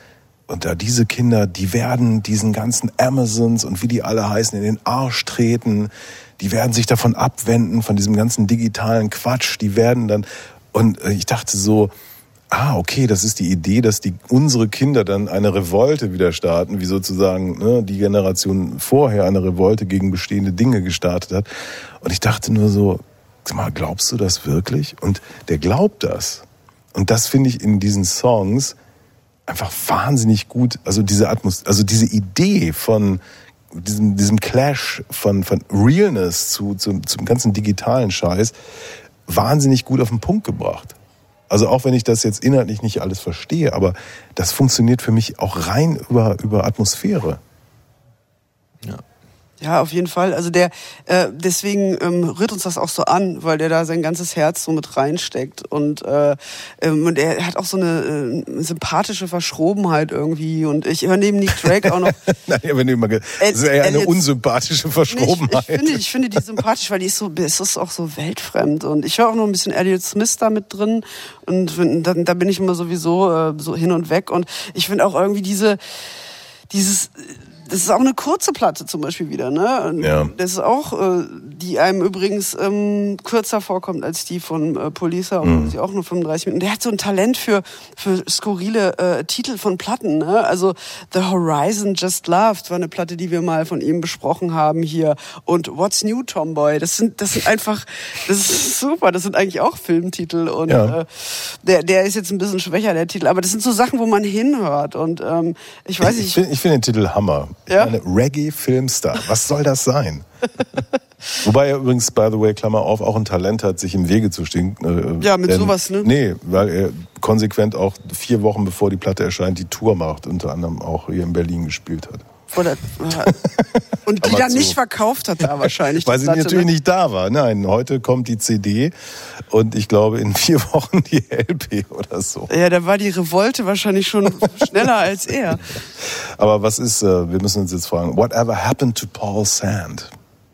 Und da diese Kinder, die werden diesen ganzen Amazons und wie die alle heißen, in den Arsch treten. Die werden sich davon abwenden, von diesem ganzen digitalen Quatsch. Die werden dann, und ich dachte so, okay, das ist die Idee, dass unsere Kinder dann eine Revolte wieder starten, wie sozusagen die Generation vorher eine Revolte gegen bestehende Dinge gestartet hat. Und ich dachte nur so, sag mal, glaubst du das wirklich? Und der glaubt das. Und das finde ich in diesen Songs einfach wahnsinnig gut. Also diese diese Idee von diesem Clash von Realness zum ganzen digitalen Scheiß wahnsinnig gut auf den Punkt gebracht. Also auch wenn ich das jetzt inhaltlich nicht alles verstehe, aber das funktioniert für mich auch rein über Atmosphäre. Ja. Ja, auf jeden Fall. Also deswegen rührt uns das auch so an, weil der da sein ganzes Herz so mit reinsteckt und er hat auch so eine sympathische Verschrobenheit irgendwie und ich höre neben Nick Drake auch noch. Das ist eher eine unsympathische Verschrobenheit. Ich finde die sympathisch, weil es ist auch so weltfremd und ich höre auch noch ein bisschen Elliott Smith da mit drin und da bin ich immer sowieso so hin und weg und ich finde auch irgendwie das ist auch eine kurze Platte zum Beispiel wieder, ne? Ja. Das ist auch, die einem übrigens kürzer vorkommt als die von Police, obwohl sie auch nur 35 Minuten. Der hat so ein Talent für skurrile Titel von Platten, ne? Also The Horizon Just Loved war eine Platte, die wir mal von ihm besprochen haben hier. Und What's New Tomboy? Das ist super. Das sind eigentlich auch Filmtitel. Und der ist jetzt ein bisschen schwächer, der Titel. Aber das sind so Sachen, wo man hinhört. Und ich weiß nicht. Ich finde den Titel Hammer. Ja? Eine Reggae-Filmstar. Was soll das sein? Wobei er übrigens, by the way, Klammer auf, auch ein Talent hat, sich im Wege zu stehen. Sowas, ne? Nee, weil er konsequent auch 4 Wochen bevor die Platte erscheint, die Tour macht, unter anderem auch hier in Berlin gespielt hat. Und die dann nicht verkauft hat da wahrscheinlich. Weil sie natürlich nicht da war. Nein, heute kommt die CD und ich glaube in 4 Wochen die LP oder so. Ja, da war die Revolte wahrscheinlich schon schneller als er. Aber was ist, wir müssen uns jetzt fragen, whatever happened to Paul Sand?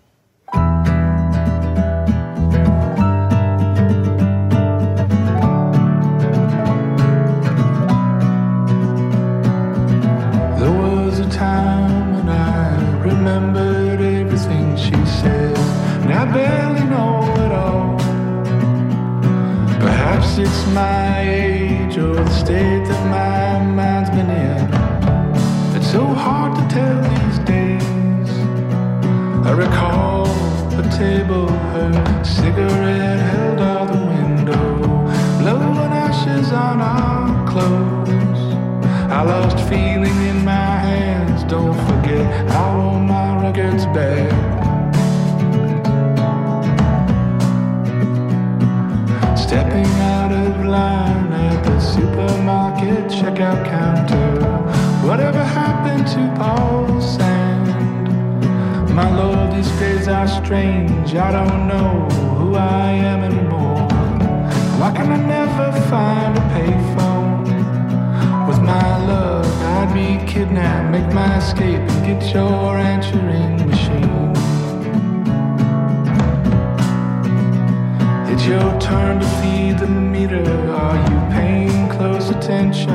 It's my age or the state that my mind's been in. It's so hard to tell these days. I recall a table, her cigarette held out the window, blowing ashes on our clothes. I lost feeling in my hands, don't forget I wore my records back. Stepping out of line at the supermarket checkout counter. Whatever happened to Paul Sand? My Lord, these days are strange. I don't know who I am anymore. Why can I never find a payphone? With my love, I'd be kidnapped, make my escape and get your answering machine. It's your turn to feed the meter. Are you paying close attention?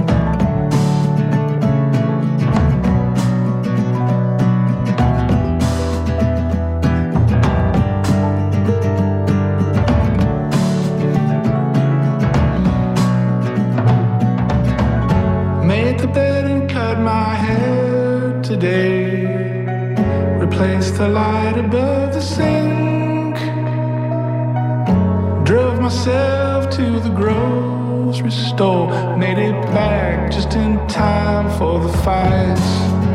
Made the bed and cut my hair today. Replaced the light above the sink. Drove myself to the grocery store. Made it back just in time for the fights.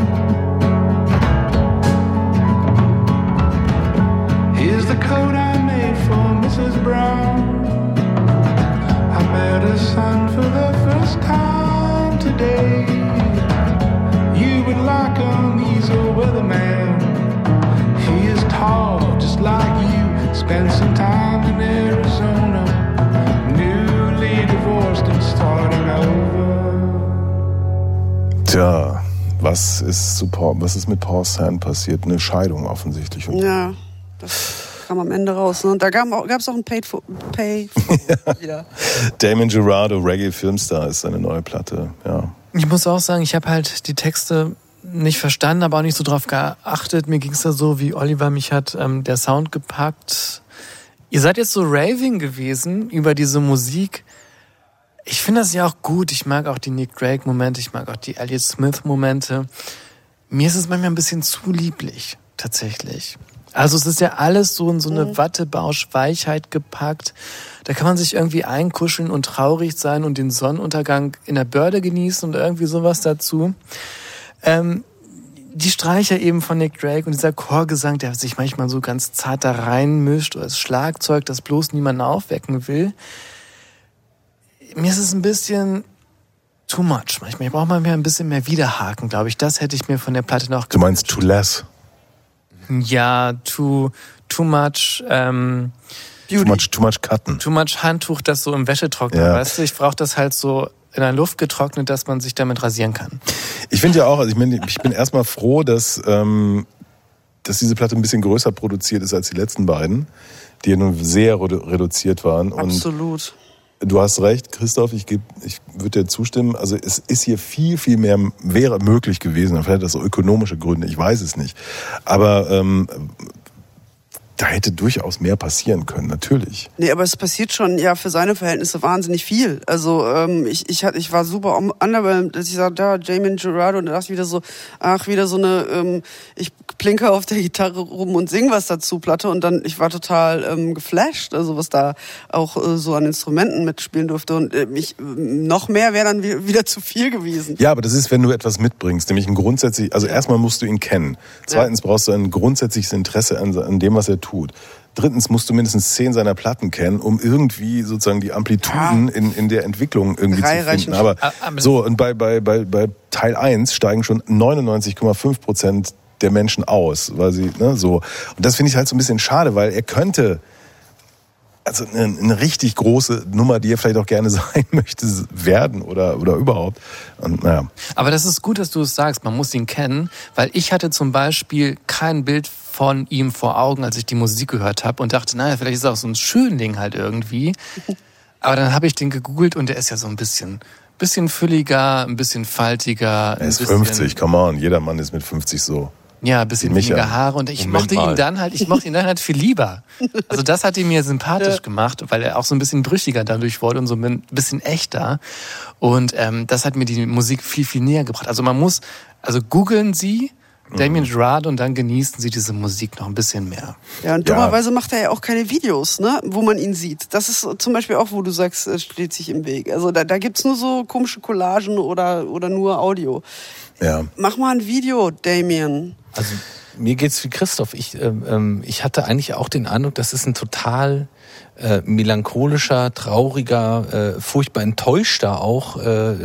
Here's the coat I made for Mrs. Brown. I met her son for the first time today. You would like him, he's a weatherman. He is tall, just like you. Spent some time in Arizona, newly divorced and starting over. Tja, was ist mit Paul Sand passiert? Eine Scheidung offensichtlich. Ja, das kam am Ende raus. Ne? Und da gab es auch ein Pay wieder. Damon Jurado, Reggae Filmstar, ist seine neue Platte. Ja. Ich muss auch sagen, ich habe halt die Texte nicht verstanden, aber auch nicht so drauf geachtet. Mir ging es da so, wie Oliver mich hat der Sound gepackt. Ihr seid jetzt so raving gewesen über diese Musik. Ich finde das ja auch gut. Ich mag auch die Nick Drake-Momente, ich mag auch die Elliott Smith-Momente. Mir ist es manchmal ein bisschen zu lieblich, tatsächlich. Also es ist ja alles so in so eine Wattebausch-Weichheit gepackt. Da kann man sich irgendwie einkuscheln und traurig sein und den Sonnenuntergang in der Börde genießen und irgendwie sowas dazu. Die Streicher eben von Nick Drake und dieser Chorgesang, der sich manchmal so ganz zart da reinmischt, oder das Schlagzeug, das bloß niemanden aufwecken will. Mir ist es ein bisschen too much manchmal. Ich brauche mal ein bisschen mehr Widerhaken, glaube ich. Das hätte ich mir von der Platte noch gewünscht. Du meinst too less? Ja, too much. Too much cutten. Too much Handtuch, das so im Wäschetrockner, weißt du? Ich brauche das halt so in der Luft getrocknet, dass man sich damit rasieren kann. Ich finde ja auch, also ich bin erstmal froh, dass diese Platte ein bisschen größer produziert ist als die letzten beiden, die ja nun sehr reduziert waren. Absolut. Und du hast recht, Christoph, ich würde dir zustimmen. Also es ist hier viel, viel mehr wäre möglich gewesen. Vielleicht hat das so ökonomische Gründe, ich weiß es nicht. Aber da hätte durchaus mehr passieren können, natürlich. Nee, aber es passiert schon, ja, für seine Verhältnisse wahnsinnig viel. Also ich war super underwhelmed, dass ich sagte, da, Damien Jurado, und da dachte ich wieder so, wieder so eine, ich plinke auf der Gitarre rum und sing was dazu, Platte, und dann, ich war total geflasht, also was da auch so an Instrumenten mitspielen durfte, und noch mehr wäre dann wieder zu viel gewesen. Ja, aber das ist, wenn du etwas mitbringst, nämlich also erstmal musst du ihn kennen. Zweitens brauchst du ein grundsätzliches Interesse an dem, was er tut. Drittens musst du mindestens 10 seiner Platten kennen, um irgendwie sozusagen die Amplituden in der Entwicklung irgendwie zu finden. Aber so, und bei Teil 1 steigen schon 99,5% der Menschen aus, weil sie, so. Und das finde ich halt so ein bisschen schade, weil er könnte, also eine richtig große Nummer, die er vielleicht auch gerne sein möchte, werden oder überhaupt. Und naja. Aber das ist gut, dass du es sagst, man muss ihn kennen, weil ich hatte zum Beispiel kein Bild von ihm vor Augen, als ich die Musik gehört habe und dachte, naja, vielleicht ist er auch so ein Schönling halt irgendwie. Aber dann habe ich den gegoogelt und der ist ja so ein bisschen fülliger, ein bisschen faltiger. Er ist 50, come on, jeder Mann ist mit 50 so. Ja, ein bisschen weniger Haare, und ich mochte ihn dann halt viel lieber. Also das hat ihn mir sympathisch gemacht, weil er auch so ein bisschen brüchiger dadurch wurde und so ein bisschen echter. Und das hat mir die Musik viel, viel näher gebracht. Also googeln Sie Damien Jurado und dann genießen Sie diese Musik noch ein bisschen mehr. Ja, und dummerweise macht er ja auch keine Videos, ne, wo man ihn sieht. Das ist zum Beispiel auch, wo du sagst, es steht sich im Weg. Also da gibt's nur so komische Collagen oder nur Audio. Ja. Mach mal ein Video, Damien. Also mir geht's wie Christoph. Ich hatte eigentlich auch den Eindruck, das ist ein total melancholischer, trauriger, furchtbar enttäuschter auch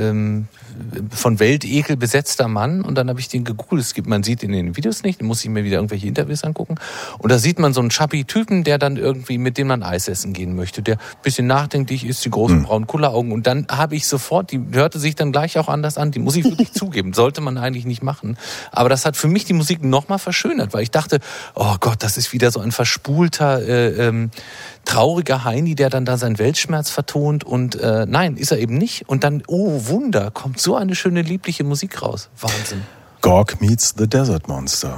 von Weltekel besetzter Mann. Und dann habe ich den gegoogelt. Man sieht ihn in den Videos nicht, dann muss ich mir wieder irgendwelche Interviews angucken. Und da sieht man so einen chubby-Typen, der dann irgendwie, mit dem man Eis essen gehen möchte, der ein bisschen nachdenklich ist, die großen braunen Kulleraugen. Und dann habe ich sofort, die hörte sich dann gleich auch anders an, die muss ich wirklich zugeben, sollte man eigentlich nicht machen. Aber das hat für mich die Musik nochmal verschönert, weil ich dachte, oh Gott, das ist wieder so ein verspulter, trauriger Heini, der dann da seinen Weltschmerz vertont, und nein, ist er eben nicht. Und dann, oh Wunder, kommt so eine schöne, liebliche Musik raus. Wahnsinn. Gork meets the Desert Monster.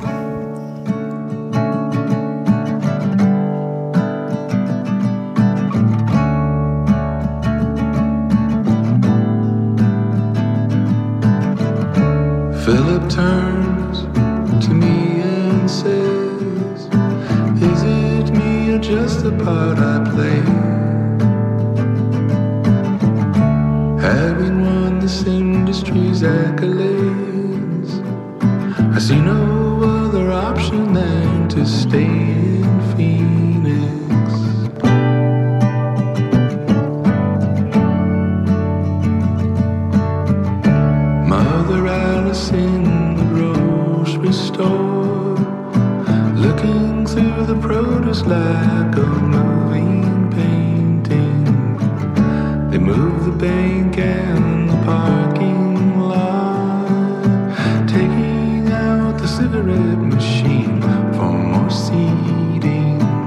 Philip turns to me and says, is it me or just the part I play? Having won this industry's accolades, I see no other option than to stay in Phoenix. Mother Alice in the grocery store, looking through the produce like a moving painting. They move the bank and the parking lot, taking out the cigarette machine for more seating.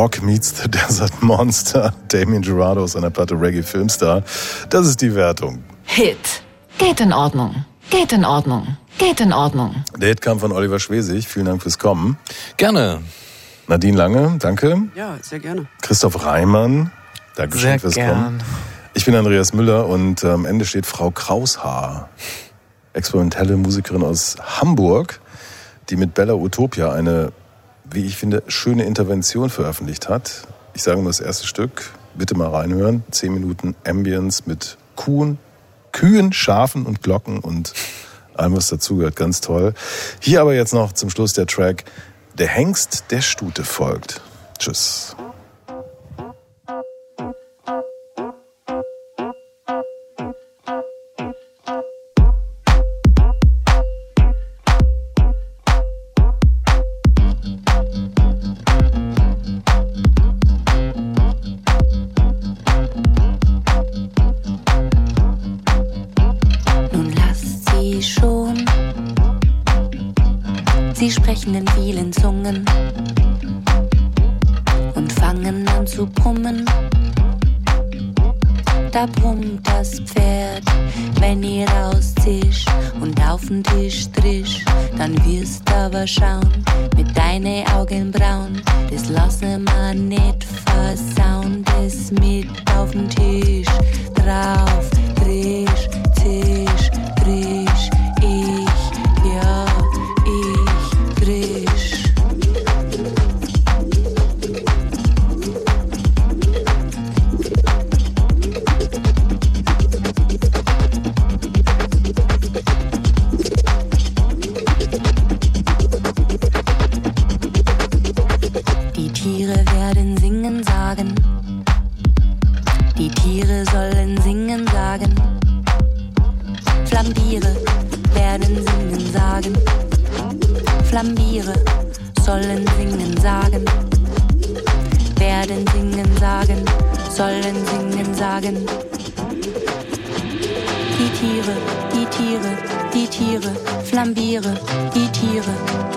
Rock meets the Desert Monster. Damien Jurado aus seiner Platte Reggae Filmstar. Das ist die Wertung. Hit. Geht in Ordnung. Geht in Ordnung. Geht in Ordnung. Der Hit kam von Oliver Schwesig. Vielen Dank fürs Kommen. Gerne. Nadine Lange, danke. Ja, sehr gerne. Christoph Reimann, Dankeschön fürs Kommen. Ich bin Andreas Müller und am Ende steht Frau Kraushaar, experimentelle Musikerin aus Hamburg, die mit Bella Utopia eine, wie ich finde, schöne Intervention veröffentlicht hat. Ich sage nur das erste Stück, bitte mal reinhören. 10 Minuten Ambience mit Kühen, Schafen und Glocken und allem, was dazugehört. Ganz toll. Hier aber jetzt noch zum Schluss der Track Der Hengst der Stute folgt. Tschüss. Sie sprechen in vielen Zungen und fangen an zu brummen. Da brummt das Pferd, wenn ihr rauszischt und auf den Tisch trisch. Dann wirst aber schauen, mit deinen Augen braun. Das lassen wir nicht versauen, das mit auf den Tisch. Drauf, trisch, tisch, trisch, ich, ja, ich, trisch. Die Tiere werden singen sagen. Die Tiere sollen singen sagen. Flambiere werden singen sagen. Flambiere sollen singen sagen. Werden singen sagen. Sollen singen sagen. Die Tiere, die Tiere, die Tiere. Flambiere, die Tiere.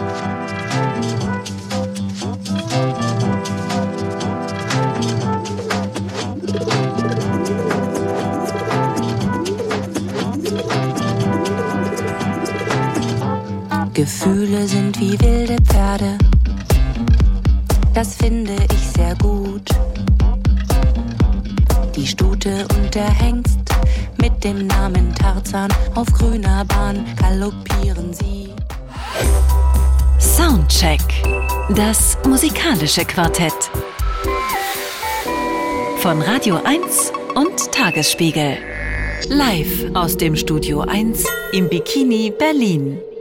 Gefühle sind wie wilde Pferde, das finde ich sehr gut. Die Stute und der Hengst mit dem Namen Tarzan, auf grüner Bahn galoppieren sie. Soundcheck, das musikalische Quartett. Von Radio 1 und Tagesspiegel. Live aus dem Studio 1 im Bikini Berlin.